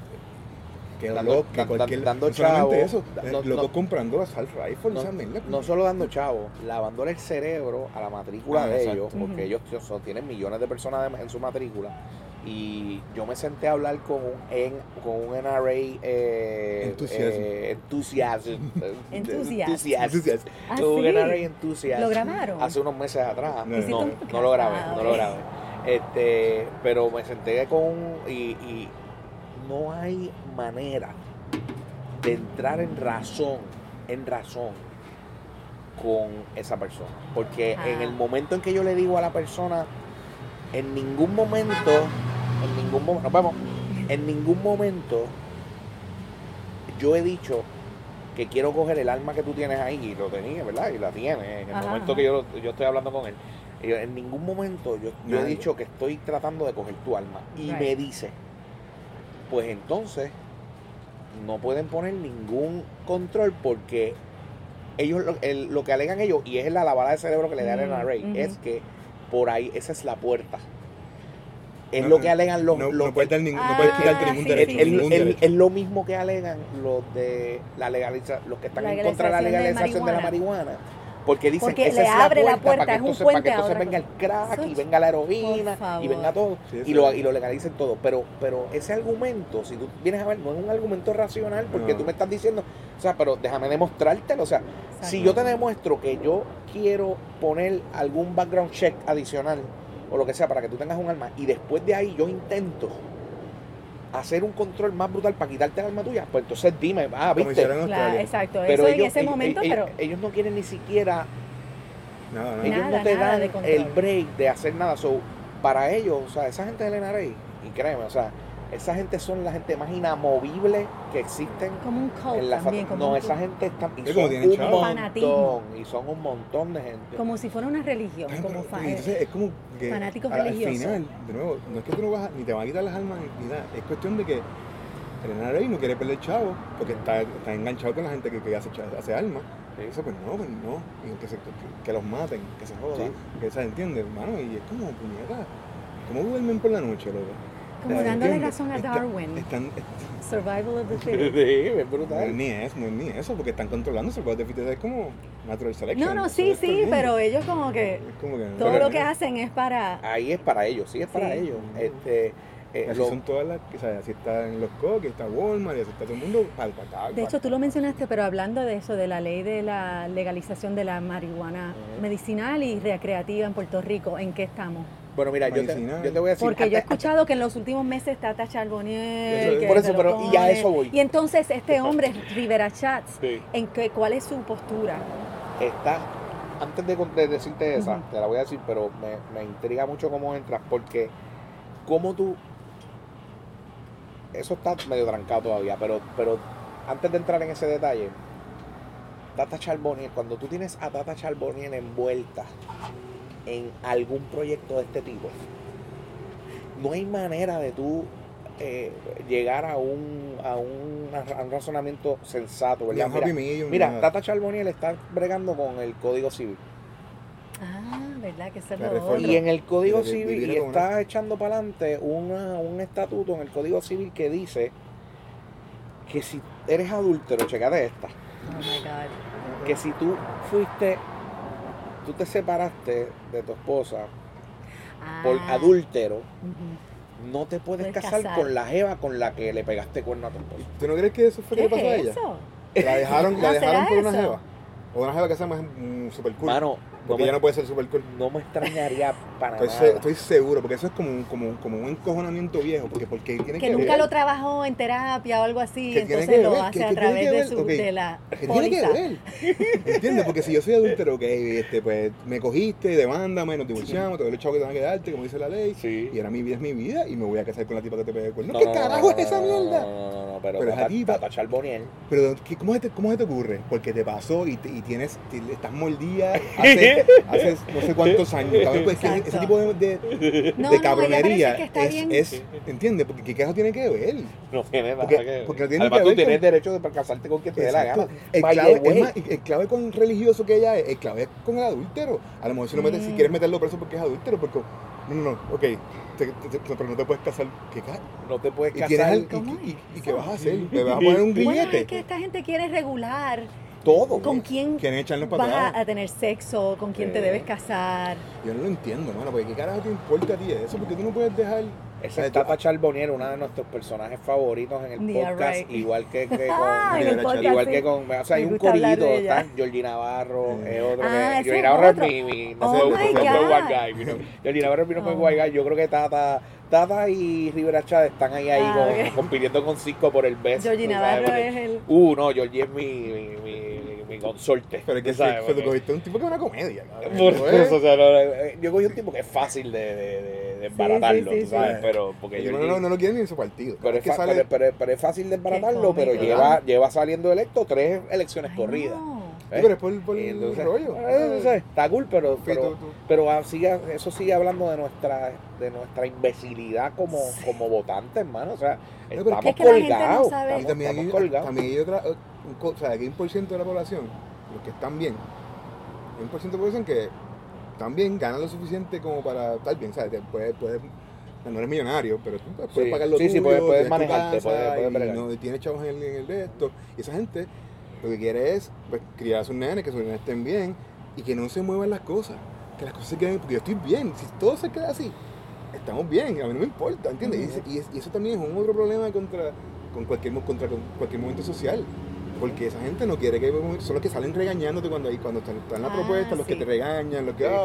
dando chavos, locos comprando assault rifles, no solo dando chavos, lavándole el cerebro a la matrícula de ellos, porque ellos tienen millones de personas en su matrícula. Y yo me senté a hablar con un NRA Enthusiast. Tuve un NRA Enthusiast. ¿Lo grabaron? Hace unos meses atrás. No lo grabé. Pero me senté y no hay manera de entrar en razón con esa persona. Porque en el momento en que yo le digo a la persona, en ningún momento yo he dicho que quiero coger el alma que tú tienes ahí, y lo tenía, ¿verdad? Y la tiene en el momento que yo estoy hablando con él. Y en ningún momento yo he dicho que estoy tratando de coger tu alma. Y me dice, pues entonces no pueden poner ningún control, porque ellos lo que alegan ellos, y es la lavada de cerebro que le da el NRA, es que por ahí esa es la puerta. Es lo que alegan los... No puedes quitarte ningún derecho. Es lo mismo que alegan los de la legalización, los que están en contra de la legalización de la marihuana. Porque dicen que esa le abre la puerta, para que entonces venga el crack y venga la heroína y venga todo, y lo legalicen todo. Pero ese argumento, si tú vienes a ver, no es un argumento racional, porque tú me estás diciendo, o sea, pero déjame demostrártelo. O sea, si yo te demuestro que yo quiero poner algún background check adicional o lo que sea para que tú tengas un arma, y después de ahí yo intento hacer un control más brutal para quitarte el arma tuya, pues entonces dime, ¿viste? Claro, exacto, pero eso ellos, en ese momento, pero... Ellos no quieren ni siquiera... Nada. Ellos no te dan el break de hacer nada. So, para ellos, o sea, esa gente del NRA, y créeme, o sea, esa gente son la gente más inamovible que existen. Como un cult en la también. esa gente está... Y son un montón de gente. Como si fuera una religión. Entonces es como que fanáticos al religiosos. final, de nuevo, no es que tú no vas ni te van a quitar las almas ni nada. Es cuestión de que el NRA no quiere perder chavo porque está enganchado con la gente que hace almas. Eso pues no. Y que los maten, que se jodan, que se entiende, hermano. Y es como, puñeta, ¿cómo duermen por la noche, loco? Como dándole razón a Darwin. Survival of the fittest. Sí, es brutal. No es ni eso, porque están controlando Survival of the fittest, es como natural selection. No, sí, pero ellos como que todo lo que hacen es para... Ahí es para ellos, sí es para ellos. Así son todas las, o sea, así está en los Coques, está Walmart, y así está todo el mundo. De hecho, tú lo mencionaste, pero hablando de eso, de la ley de la legalización de la marihuana medicinal y recreativa en Puerto Rico, ¿en qué estamos? Bueno, mira, yo te voy a decir... Porque yo he escuchado que en los últimos meses está Charbonnier, por eso, pero y a eso voy. Y entonces este hombre, Rivera Schatz, ¿cuál es su postura? Antes de decirte esa, te la voy a decir, pero me intriga mucho cómo entras, porque cómo tú... Eso está medio trancado todavía, pero antes de entrar en ese detalle, Tata Charbonnier, cuando tú tienes a Tata Charbonnier envuelta en algún proyecto de este tipo, no hay manera de tú llegar a un razonamiento sensato, ¿verdad? Mira, Tata Charbonnier está bregando con el Código Civil. ¿Verdad? Que se lo y en el Código Civil, y está echando para adelante un estatuto en el Código Civil que dice que si eres adúltero, checate esta. Oh my God. Que si tú te separaste de tu esposa por adúltero, no te puedes casar con la jeva con la que le pegaste cuerno a tu esposa. ¿Tú no crees que eso fue lo que pasó a ella? La dejaron por una jeva. O una jeva que se llama super cool. Mano, porque ella no puede ser super cool. No me extrañaría para nada. Estoy seguro, porque eso es como un encojonamiento viejo. Porque tiene que nunca lo trabajó en terapia o algo así, entonces lo hace a través de la póliza. Tiene que ver. ¿Entiendes? Porque si yo soy adúltero, pues me cogiste, demándame, nos divorciamos, te doy el chavo que tengo que darte, como dice la ley. Sí. Y ahora mi vida es mi vida y me voy a casar con la tipa que te pegue el cuerno. ¿Qué carajo es esa mierda? No, pero esa tipa. Tata Charbonnier. Pero ¿cómo se te ocurre? Porque te pasó y estás mordida hace no sé cuántos años. Pues, ese tipo de cabronería es ¿entiendes? Porque ¿qué caso tiene que ver? No tiene nada que ver. Porque no tiene además, tú tienes derecho de casarte con quien te dé la gana. El clave con religioso que ella es, el clave es con el adúltero. A lo mejor si quieres meterlo preso porque es adúltero, porque ok, pero no te puedes casar. ¿Qué caso? No te puedes casar. ¿Y qué vas a hacer? ¿Le vas a poner un grillete? Bueno, es que esta gente quiere regular todo. ¿Con quién vas a tener sexo? ¿Con quién te debes casar? Yo no lo entiendo, mano, porque ¿qué carajo te importa a ti eso? Porque tú no puedes dejar Esa es Tata Charbonnier, uno de nuestros personajes favoritos en el podcast, igual que con, o sea, hay un corillito, está Georgie Navarro, otro que Georgie Navarro es mi no sé, White Guy, Georgie Navarro es mi nombre White Guy. Yo creo que Tata y Rivera Chávez están ahí compitiendo con Cisco por el best. Georgie Navarro es el... no, Georgie es mi consorte. Pero es que tú cogiste un tipo que es una comedia. O sea, yo cogí un tipo que es fácil de embaratarlo, tú sabes, pero porque no lo quieren ni en su partido. Pero es fácil de embaratarlo, pero lleva saliendo electo 3 elecciones corridas. Pero es por el rollo. Está cool, pero eso sigue hablando de nuestra imbecilidad como votantes, hermano. O sea, estamos colgados. También hay otra, o sea, hay un por ciento de la población, los que están bien, hay un por ciento de la población que también ganan lo suficiente como para estar bien, ¿sabes? No eres millonario, pero tú puedes pagar lo tuyo, puedes manejarte, puedes bregar. Y tienes chavos en el de esto, y esa gente lo que quiere es criar a sus nenes, que sus nenes estén bien y que no se muevan las cosas, que las cosas se queden, porque yo estoy bien, si todo se queda así, estamos bien, a mí no me importa, ¿entiendes? Y eso también es un otro problema contra cualquier movimiento social, porque esa gente no quiere que son los que salen regañándote cuando están en la propuesta, los que te regañan, los que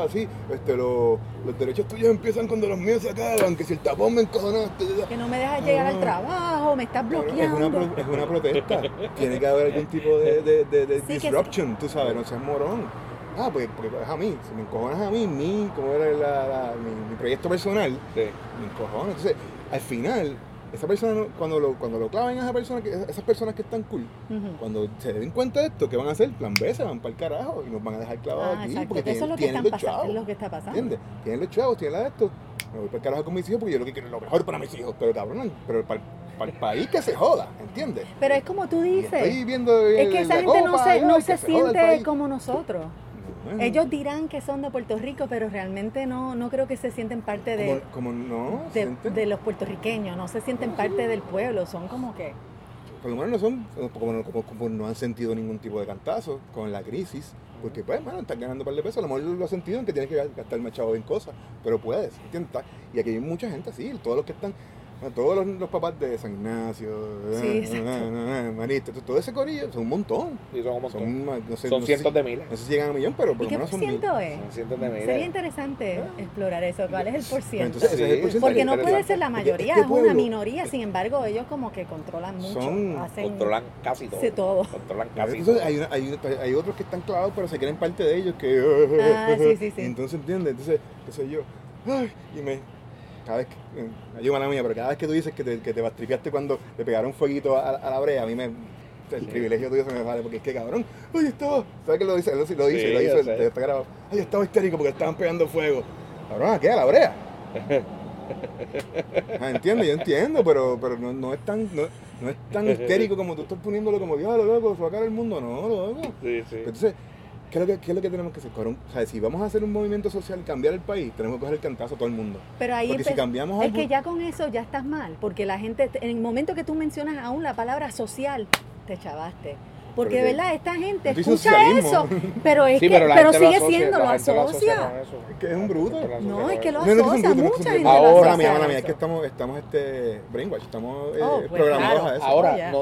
los derechos tuyos empiezan cuando los míos se acaban, que si el tapón me encojonaste, que no me dejas llegar al trabajo, me estás bloqueando. Es una protesta, tiene que haber algún tipo de disruption, tú sabes, no seas morón. Porque es a mí, si me encojonas a mí, como era mi proyecto personal, me encojonas. Entonces, al final, esa persona, cuando lo claven a esas personas que están cool, cuando se den cuenta de esto, ¿qué van a hacer? Plan B, se van para el carajo y nos van a dejar clavados aquí. Exacto. Porque eso tienen los chavos. Es lo que está pasando. ¿Entiendes? Tienen los chavos, tienen la de esto. Me voy para el carajo con mis hijos porque yo lo que quiero es lo mejor para mis hijos. Pero cabrón, para el país que se joda, ¿entiendes? Pero es como tú dices. Estoy viendo es que esa gente no se siente como nosotros. Ellos dirán que son de Puerto Rico, pero realmente no creo que se sienten parte de los puertorriqueños, no se sienten parte del pueblo, son como que... Por lo menos no son, como no han sentido ningún tipo de cantazo con la crisis, porque pues, bueno, están ganando un par de pesos, a lo mejor lo han sentido en que tienes que gastar más chavo en cosas, pero puedes, ¿entiendes? Y aquí hay mucha gente así, todos los que están... Todos los papás de San Ignacio, Marista, todo ese corillo, son un montón. Sí, son un montón. Son cientos de miles. No sé si llegan a 1 millón, pero por lo menos son mil. ¿Qué es? Son cientos de miles. Sería interesante explorar eso. ¿Cuál es el porciento? Entonces, ese es el porciento. Porque no puede ser la mayoría, es una minoría. Sin embargo, ellos como que controlan mucho. Controlan casi todo. Controlan casi todo. Hay otros que están clavados, pero se quieren parte de ellos. Sí. Entonces, ¿entiendes? Entonces, yo... Cada vez que, ayúdame a mía, pero cada vez que tú dices que te bastripeaste cuando le pegaron fueguito a la brea, a mí el privilegio tuyo se me sale, porque es que cabrón, ay, estaba, ¿sabes qué lo dice? Lo dice, está grabado, ay, estaba histérico porque estaban pegando fuego. Cabrón, ¿a qué? ¿A la brea? Entiendo, yo entiendo, pero no es tan histérico como tú estás poniéndolo como, Dios, loco, se va a caer el mundo, no, loco. Sí. Entonces, ¿qué es lo que tenemos que hacer? O sea, si vamos a hacer un movimiento social y cambiar el país, tenemos que coger el cantazo a todo el mundo. Pero ahí porque si cambiamos algo... Es que ya con eso ya estás mal, porque la gente, en el momento que tú mencionas aún la palabra social, te chavaste. Porque de verdad esta gente escucha eso, pero es pero sigue siendo, lo asocia. Es que es un bruto. No, es que lo asocia, mucha gente ahora, mía, es que estamos brainwash, estamos programados a eso. Ahora,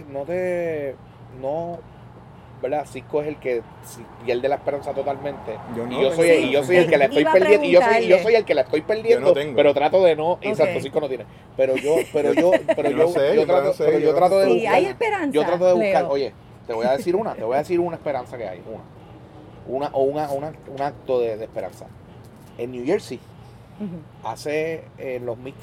¿verdad? Cisco es el que pierde la esperanza totalmente. Yo soy el que la estoy perdiendo. Y yo soy el que la estoy perdiendo, pero trato de no. Exacto, Cisco no tiene. Pero yo trato de buscar. Sí, hay esperanza. Yo trato de buscar. Oye, te voy a decir una esperanza que hay. Un acto de esperanza. En New Jersey, hace en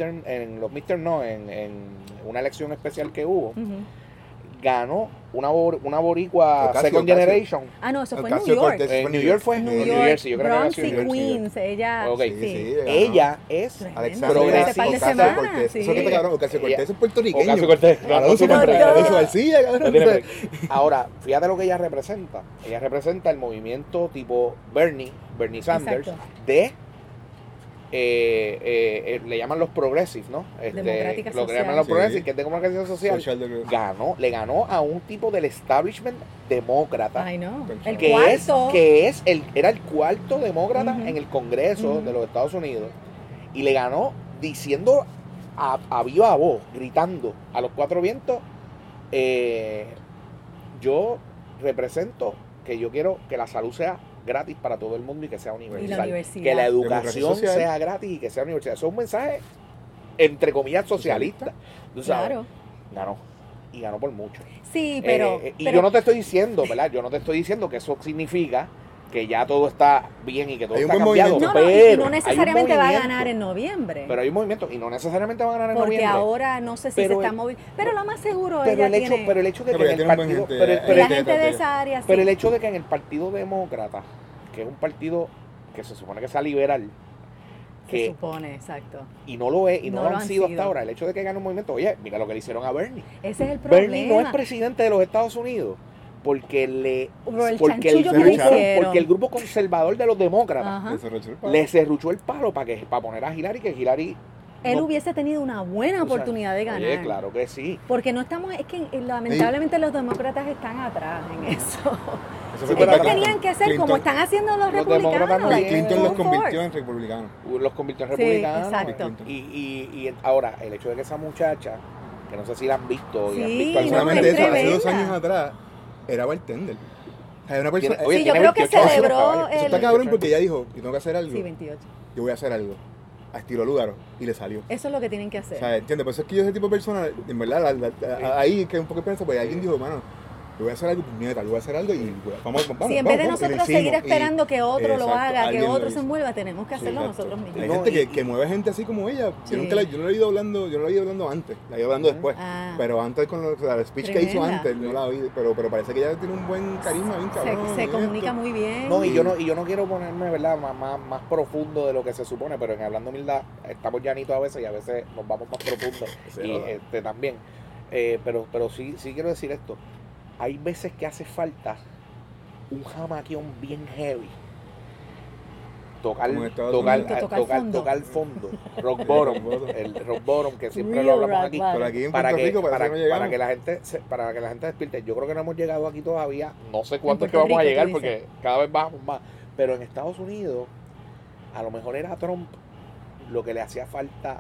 una elección especial que hubo, ganó una boricua Second Generation. No, eso fue en New York. En New York fue. New Jersey, yo creo que Bronx y Queens, ella. Ella es progresista. Eso que te cabrón, Ocasio-Cortez es puertorriqueño. Ocasio-Cortez. García. Ahora, fíjate lo que ella representa. Ella representa el movimiento tipo Bernie Sanders de le llaman los progressives, ¿no? Lo que le llaman los progressives, que es de democracia social. Le ganó a un tipo del establishment demócrata. Ay, no. Era el cuarto demócrata en el Congreso de los Estados Unidos. Y le ganó diciendo a viva voz, gritando a los cuatro vientos, yo represento que yo quiero que la salud sea gratis para todo el mundo y que sea universal. Que la educación sea gratis y que sea universal. Eso es un mensaje, entre comillas, socialista. ¿Tú sabes? Claro. Ganó. Y ganó por mucho. Sí, pero... yo no te estoy diciendo, ¿verdad? Yo no te estoy diciendo que eso significa que ya todo está bien y que todo está cambiado. Pero y no necesariamente va a ganar en noviembre. Pero hay un movimiento y no necesariamente va a ganar en noviembre. Porque ahora no sé si se está moviendo. Pero lo más seguro pero ella tiene... Pero el hecho de que en el partido... la gente de esa área sí. Pero el hecho de que en el Partido Demócrata, que es un partido que se supone que sea liberal, se supone, exacto. Y no lo es, y no lo han sido hasta ahora. El hecho de que gane un movimiento, oye, mira lo que le hicieron a Bernie. Ese es el problema. Bernie no es presidente de los Estados Unidos porque el grupo conservador de los demócratas le cerruchó el palo para poner a Hillary, que Hillary él hubiese tenido una buena oportunidad de ganar. Oye, claro que sí. Porque no estamos, es que lamentablemente los demócratas están atrás en eso. Ellos tenían que ser como están haciendo los republicanos. Clinton los convirtió en republicanos. Los convirtió en republicanos. Exacto. Y ahora, el hecho de que esa muchacha, que no sé si la han visto, solamente eso, hace 2 años atrás, era bartender. Hay una persona, yo creo que celebró eso está cabrón porque ella dijo, yo tengo que hacer algo. Sí, 28. Yo voy a hacer algo. A estilo Lugaro, y le salió. Eso es lo que tienen que hacer. O sea, ¿entiendes? Por eso es que yo ese tipo de persona, en verdad, ahí que un poco piensa, pues alguien dijo, mano, yo voy a hacer algo, puñeta, yo voy a hacer algo y vamos. Sí, en vez de nosotros seguir esperando que otro lo haga, que otro se mueva, tenemos que hacerlo nosotros mismos. Hay gente que mueve gente así como ella. Yo no la he ido hablando antes, la he ido hablando después. Pero antes con el speech que hizo antes, no la oí, pero parece que ella tiene un buen carisma, bien cabrón. Se comunica muy bien. No, y yo no quiero ponerme, ¿verdad?, más profundo de lo que se supone, pero en Hablando Humildad estamos llanitos a veces y a veces nos vamos más profundos. Y también. Pero sí quiero decir esto. Hay veces que hace falta un jamaquión bien heavy. Tocar el fondo. Rock bottom. El rock bottom, que siempre lo hablamos aquí. Para que la gente despierte. Yo creo que no hemos llegado aquí todavía. No sé cuánto es que vamos a llegar porque cada vez bajamos más. Pero en Estados Unidos, a lo mejor era Trump lo que le hacía falta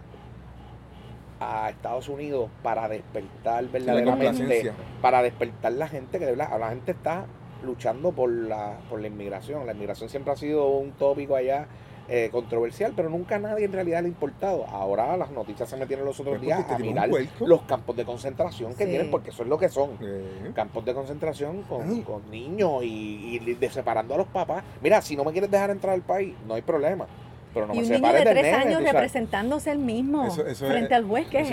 a Estados Unidos para despertar verdaderamente, para despertar la gente, que de verdad, la gente está luchando por la inmigración. La inmigración siempre ha sido un tópico allá controversial, pero nunca a nadie en realidad le ha importado. Ahora las noticias se metieron los otros días a mirar los campos de concentración que tienen, porque eso es lo que son. Campos de concentración con niños y separando a los papás. Mira, si no me quieres dejar entrar al país, no hay problema. Pero no y me un niño de 3 años representándose él mismo frente al juez, ¿qué es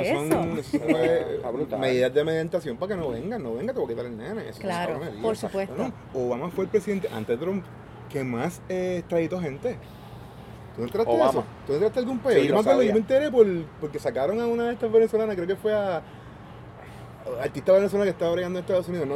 eso? Medidas de mediación para que no vengan, te voy a quitar el nene. Claro, por supuesto. Obama fue el presidente, antes de Trump, que más extraditó gente. ¿Tú entraste Obama. a eso? ¿Tú entraste a algún país? Sí, yo me enteré porque sacaron a una de estas venezolanas, creo que fue a artista venezolana que estaba bregando en Estados Unidos.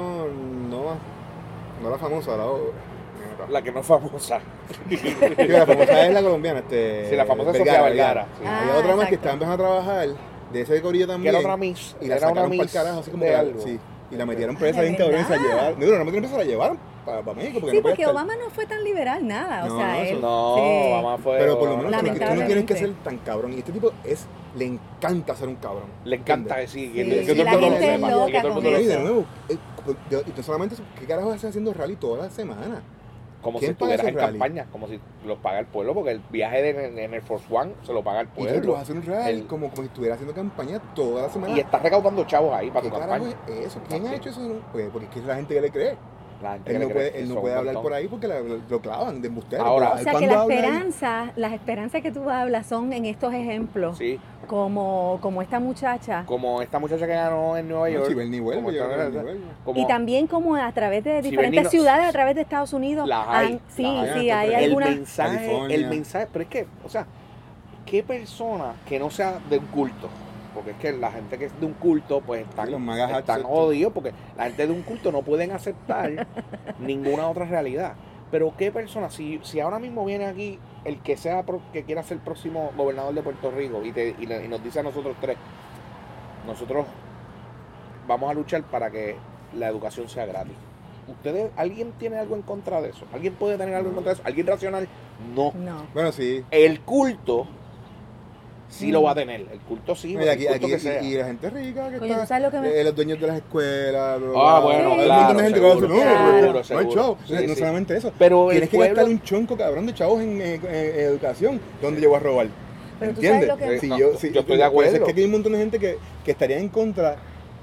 No la famosa, la que no es famosa. Sí, la famosa es la colombiana. Sí, la famosa es Sofía Vergara. Sí. Había otra más que estaba empezando a trabajar de ese corillo también. Que era otra Miss. Y la sacaron para el carajo, así como que algo. Sí. Y la metieron presa bien cabrón, se la llevaron. No, la metieron presa, la llevaron para México. Porque Obama no fue tan liberal, nada. Obama fue. Pero por lo menos tú no tienes que ser tan cabrón. Y este tipo le encanta ser un cabrón. Le encanta decir. Que la gente es loca con eso. Y de nuevo, y solamente, ¿qué carajo hace haciendo rally toda la semana? Como si estuvieras en campaña, como si lo paga el pueblo, porque el viaje en el Force One se lo paga el pueblo. Y tú vas a hacer un rally como si estuviera haciendo campaña toda la semana. Y estás recaudando chavos ahí para tu campaña. Eso? ¿Quién ha hecho eso? Pues porque es que es la gente que le cree. Él no puede hablar por ahí porque lo clavan de embustero. Ahora, o sea que las esperanzas que tú hablas son en estos ejemplos. Sí. Como esta muchacha. Como esta muchacha que ganó en Nueva York. Y también como a través de diferentes ciudades, a través de Estados Unidos. Hay algunas. El mensaje, pero es que, o sea, ¿qué persona que no sea de un culto? Porque es que la gente que es de un culto, pues están jodidos, porque la gente de un culto no pueden aceptar ninguna otra realidad. Pero qué persona, si ahora mismo viene aquí el que que quiera ser el próximo gobernador de Puerto Rico y nos dice a nosotros 3, nosotros vamos a luchar para que la educación sea gratis. ¿Alguien tiene algo en contra de eso? ¿Alguien puede tener algo en contra de eso? ¿Alguien racional? No. Bueno, sí. El culto sí lo va a tener. El culto sí, el culto que sea. Y la gente rica que Oye, está, ¿sabes lo que los dueños de las escuelas, bueno, hay un montón de gente que va a decir, no hay chavos. No solamente eso, pero tienes que gastar un chonco cabrón de chavos en educación, ¿dónde yo voy a robar? Pero ¿entiendes? tú sabes lo que... yo estoy de acuerdo. Es que aquí hay un montón de gente que estaría en contra,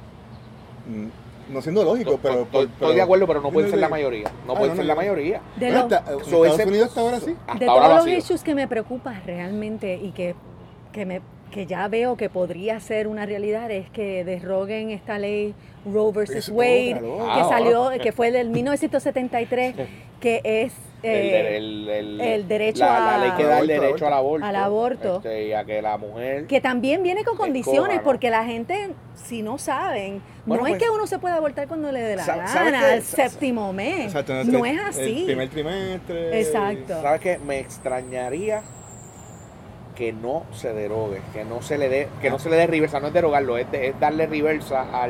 no siendo lógico, pero... Estoy de acuerlo, pero no puede ser la mayoría. No puede ser la mayoría. Estados Unidos hasta ahora sí. De todos los issues que me preocupan realmente y que ya veo que podría ser una realidad es que derroguen esta ley Roe versus Wade, que salió, que fue del 1973, que es el derecho la ley que da el derecho al aborto. Y a que la mujer... Que también viene con condiciones, porque la gente, si no saben, no es que uno se pueda abortar cuando le dé la gana, al séptimo mes. Exacto, no es así. El primer trimestre. Exacto. ¿Sabes qué? Me extrañaría que no se derogue, que no se le dé reversa, no es derogarlo, es darle reversa a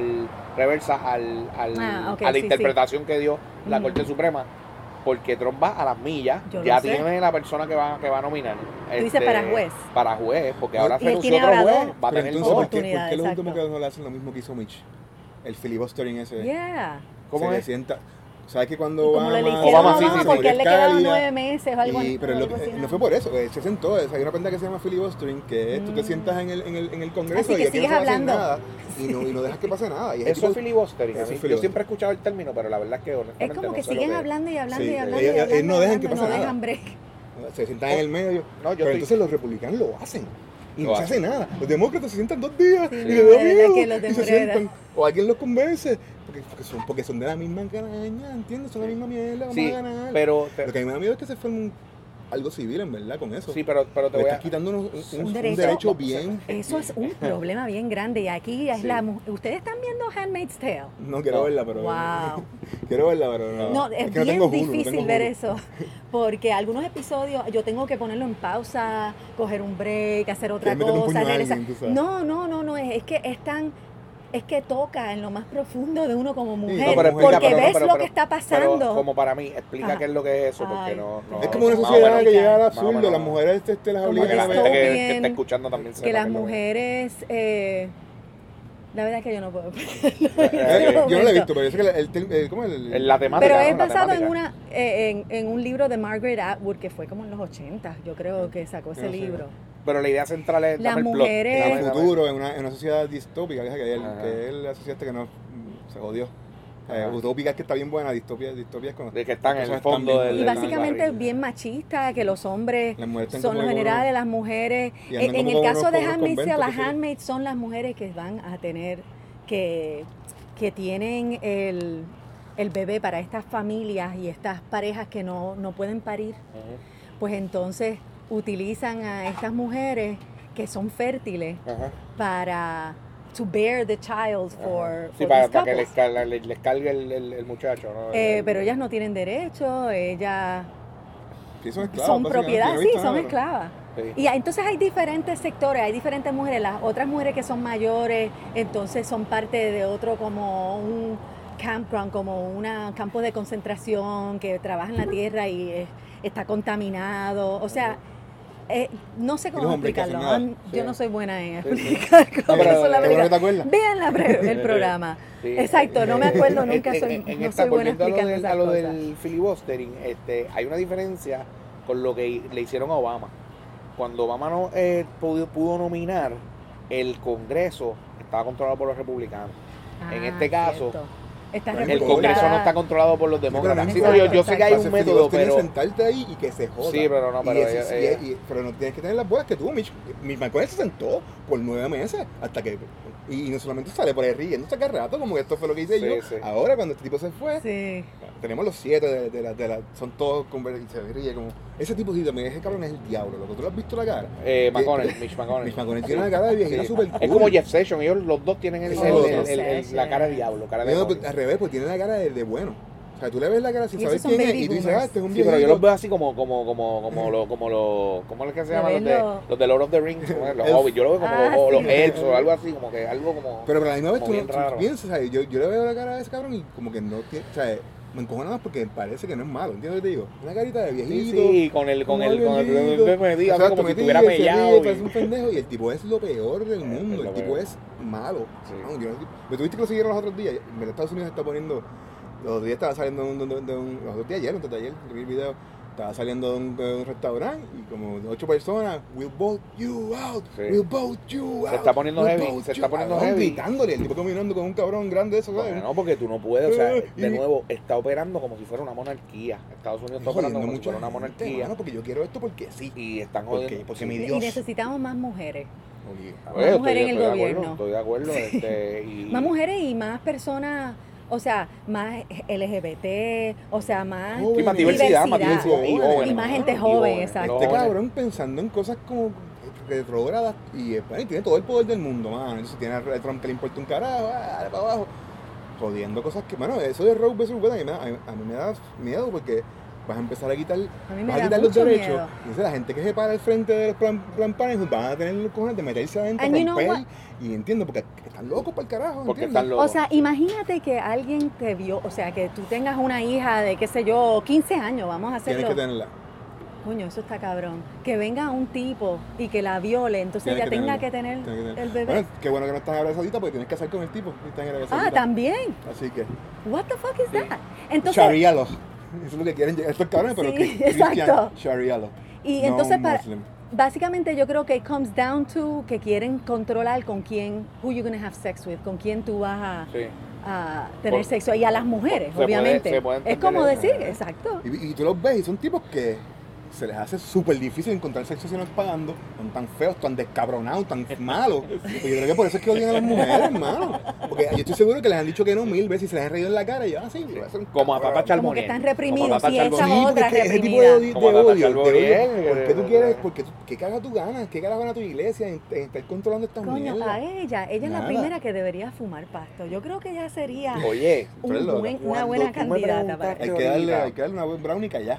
la interpretación que dio la Corte Suprema, porque Trump va a las millas, ya tiene la persona que va a nominar. Tú dices para juez. Para juez, porque ahora se anunció otro juez, va a tener dos dos. ¿Por qué los últimos que no le hacen lo mismo que hizo Mitch? El filibustering ese. Yeah. ¿Cómo se sienta? ¿Sabes que cuando Obama porque él le quedaban 9 meses o algo así? Pero no fue por eso, se sentó. Hay una pendeja que se llama filibustering, que es tú te sientas en el Congreso y aquí no se hace nada y no dejas que pase nada. Y eso es filibustering. Yo siempre he escuchado el término, pero la verdad es que honestamente es como que siguen hablando y hablando sí, y hablando y hablando. Ellos no dejan que pase nada. No dejan break. Se sientan en el medio. Pero entonces los republicanos lo hacen. Y no se hace nada. Los demócratas se sientan 2 días y les da miedo y se sientan. O alguien los convence. Porque son de la misma caraña, ¿entiendes? Son la misma mierda, vamos a ganar. Pero lo que a mí me da miedo es que se forme algo civil, en verdad, con eso. Sí, pero te voy a... Estás quitando un derecho bien... Eso es un problema bien grande. Y aquí es ¿Ustedes están viendo Handmaid's Tale? No, quiero verla, pero... Wow. Quiero verla, pero no. No, es que bien difícil ver eso. Porque algunos episodios yo tengo que ponerlo en pausa, coger un break, hacer otra cosa. No, es que es tan... Es que toca en lo más profundo de uno como mujer, porque ves lo que está pasando. Pero como para mí, explica qué es lo que es eso, porque no... Es como una sociedad que llega al absurdo, las mujeres las obligan a ver. La gente que está escuchando también que las mujeres... la verdad es que yo no puedo. Yo no la he visto, pero yo sé que la temática. Pero es basado en un libro de Margaret Atwood que fue como en los 80, yo creo que sacó ese libro. Pero la idea central es las mujeres en el futuro, en una sociedad distópica, que es la sociedad que no se jodió. Utópica es que está bien buena, distopia es cuando de que están en el fondo del... Y básicamente es bien machista, que los hombres son los generales, las mujeres... En el caso de Handmaid's Tale, las handmaids son las mujeres que van a tener, que tienen el bebé para estas familias y estas parejas que no pueden parir. Pues entonces utilizan a estas mujeres que son fértiles para... to bear the child for para que les cargue el muchacho, ¿no? Pero ellas no tienen derecho, ellas son propiedad, sí, son esclavas. Sí. Y entonces hay diferentes sectores, hay diferentes mujeres, las otras mujeres que son mayores, entonces son parte de otro como un campground, como un campo de concentración que trabaja en la tierra y está contaminado, o sea... no sé cómo explicarlo. Yo no soy buena en explicar cómo eso, la verdad. Vean el programa. Sí, exacto, no me acuerdo nunca. No soy buena explicando esas cosas. A lo del filibustering, hay una diferencia con lo que le hicieron a Obama. Cuando Obama no pudo nominar, el Congreso estaba controlado por los republicanos. En este caso... El Congreso no está controlado por los demócratas. Sí, pero yo sé que hay un método, pero... sentarte ahí y que se joda. Sí, pero no, pero... pero no tienes que tener las bolas que tuvo Mitch McConnell se sentó por 9 meses hasta que... Y no solamente sale por ahí riendo saca rato, como que esto fue lo que hice yo. Sí. Ahora, cuando este tipo se fue, tenemos los 7 de la... Son todos y se ríe como... Ese tipo sí también, ese cabrón es el diablo, loco. ¿Tú lo has visto la cara? Mitch McConnell. Mitch McConnell tiene la cara de viejita súper cool. Es como Jeff Sessions, ellos los dos tienen la cara de diablo. Al revés, pues tiene la cara de bueno. O sea, tú le ves la cara sin saber quién es y tú dices, este es un viejito. Sí, pero yo los veo así como ¿cómo es que se llaman los de Lord of the Rings? Los Hobbits. Yo lo veo como los elfos o algo así, como que algo como... Pero a la misma vez tú piensas, ¿sabes? Yo le veo la cara de ese cabrón y como que no tiene... O sea, me encojona más porque parece que no es malo, ¿entiendes lo que te digo? Una carita de viejito. Sí, con el como si estuviera mellado. Parece un pendejo y el tipo es lo peor del mundo, el tipo es malo. Sí. No, me tuviste que lo siguieron los otros días, en Estados Unidos está poniendo, los otros días estaba saliendo los otros días ayer, vi el video, estaba saliendo de un restaurante y como 8 personas, we'll vote you out, we'll vote you out. Se está poniendo heavy, gritándole, el tipo caminando con un cabrón grande eso, ¿sabes? No, porque tú no puedes, o sea, de nuevo, está operando como si fuera una monarquía. Estados Unidos está operando como si fuera una monarquía. No, porque yo quiero esto porque sí. Y están jodiendo. Porque mi Dios. Y necesitamos más mujeres. Más mujeres en el gobierno. Estoy de acuerdo. Más mujeres y más personas. O sea, más LGBT, o sea, más diversidad. Y más gente joven, exacto. Este cabrón pensando en cosas como retrógradas y tiene todo el poder del mundo, mano. Entonces tiene a Trump que le importa un carajo, dale para abajo. Jodiendo cosas que, bueno, eso de Roe vs. Wade a mí me da miedo porque vas a empezar a quitar los derechos. Miedo. Y entonces la gente que se para al frente de los Planned Parenthood van a tener los cojones de meterse adentro, romper. Y entiendo, porque están locos para el carajo. Porque están locos. O sea, imagínate que alguien te vio, o sea, que tú tengas una hija de, qué sé yo, 15 años, vamos a hacerlo. Tienes que tenerla. Coño, eso está cabrón. Que venga un tipo y que la viole, entonces ella tenga que tener el bebé. Bueno, qué bueno que no estás abrazadita porque tienes que casar con el tipo. También. Así que. What the fuck is that? Entonces, Sharia law. Eso es lo que quieren llegar estos cabrones, pero que exacto. Sharia law. Y entonces básicamente yo creo que it comes down to que quieren controlar con quién, who you're going to have sex with, con quién tú vas a tener sexo. Y a las mujeres, obviamente. Es como decir, exacto. Y tú los ves y son tipos que se les hace súper difícil encontrar sexo si no es pagando. Son tan feos, tan descabronados, tan malos. Pues yo creo que por eso es que odian a las mujeres, hermano. Porque yo estoy seguro que les han dicho que no 1000 veces y se les han reído en la cara y yo así. Como a Papá Charboniel. Como que están reprimidos y esa otra reprimida. Ese tipo de odio. ¿Por qué qué cagas tú ganas? ¿Qué cagas gana tu iglesia en estar controlando estas mierdas? Coño, a ella es la primera que debería fumar pasto. Yo creo que ella sería una buena candidata para hay que darle una buen brownie ya.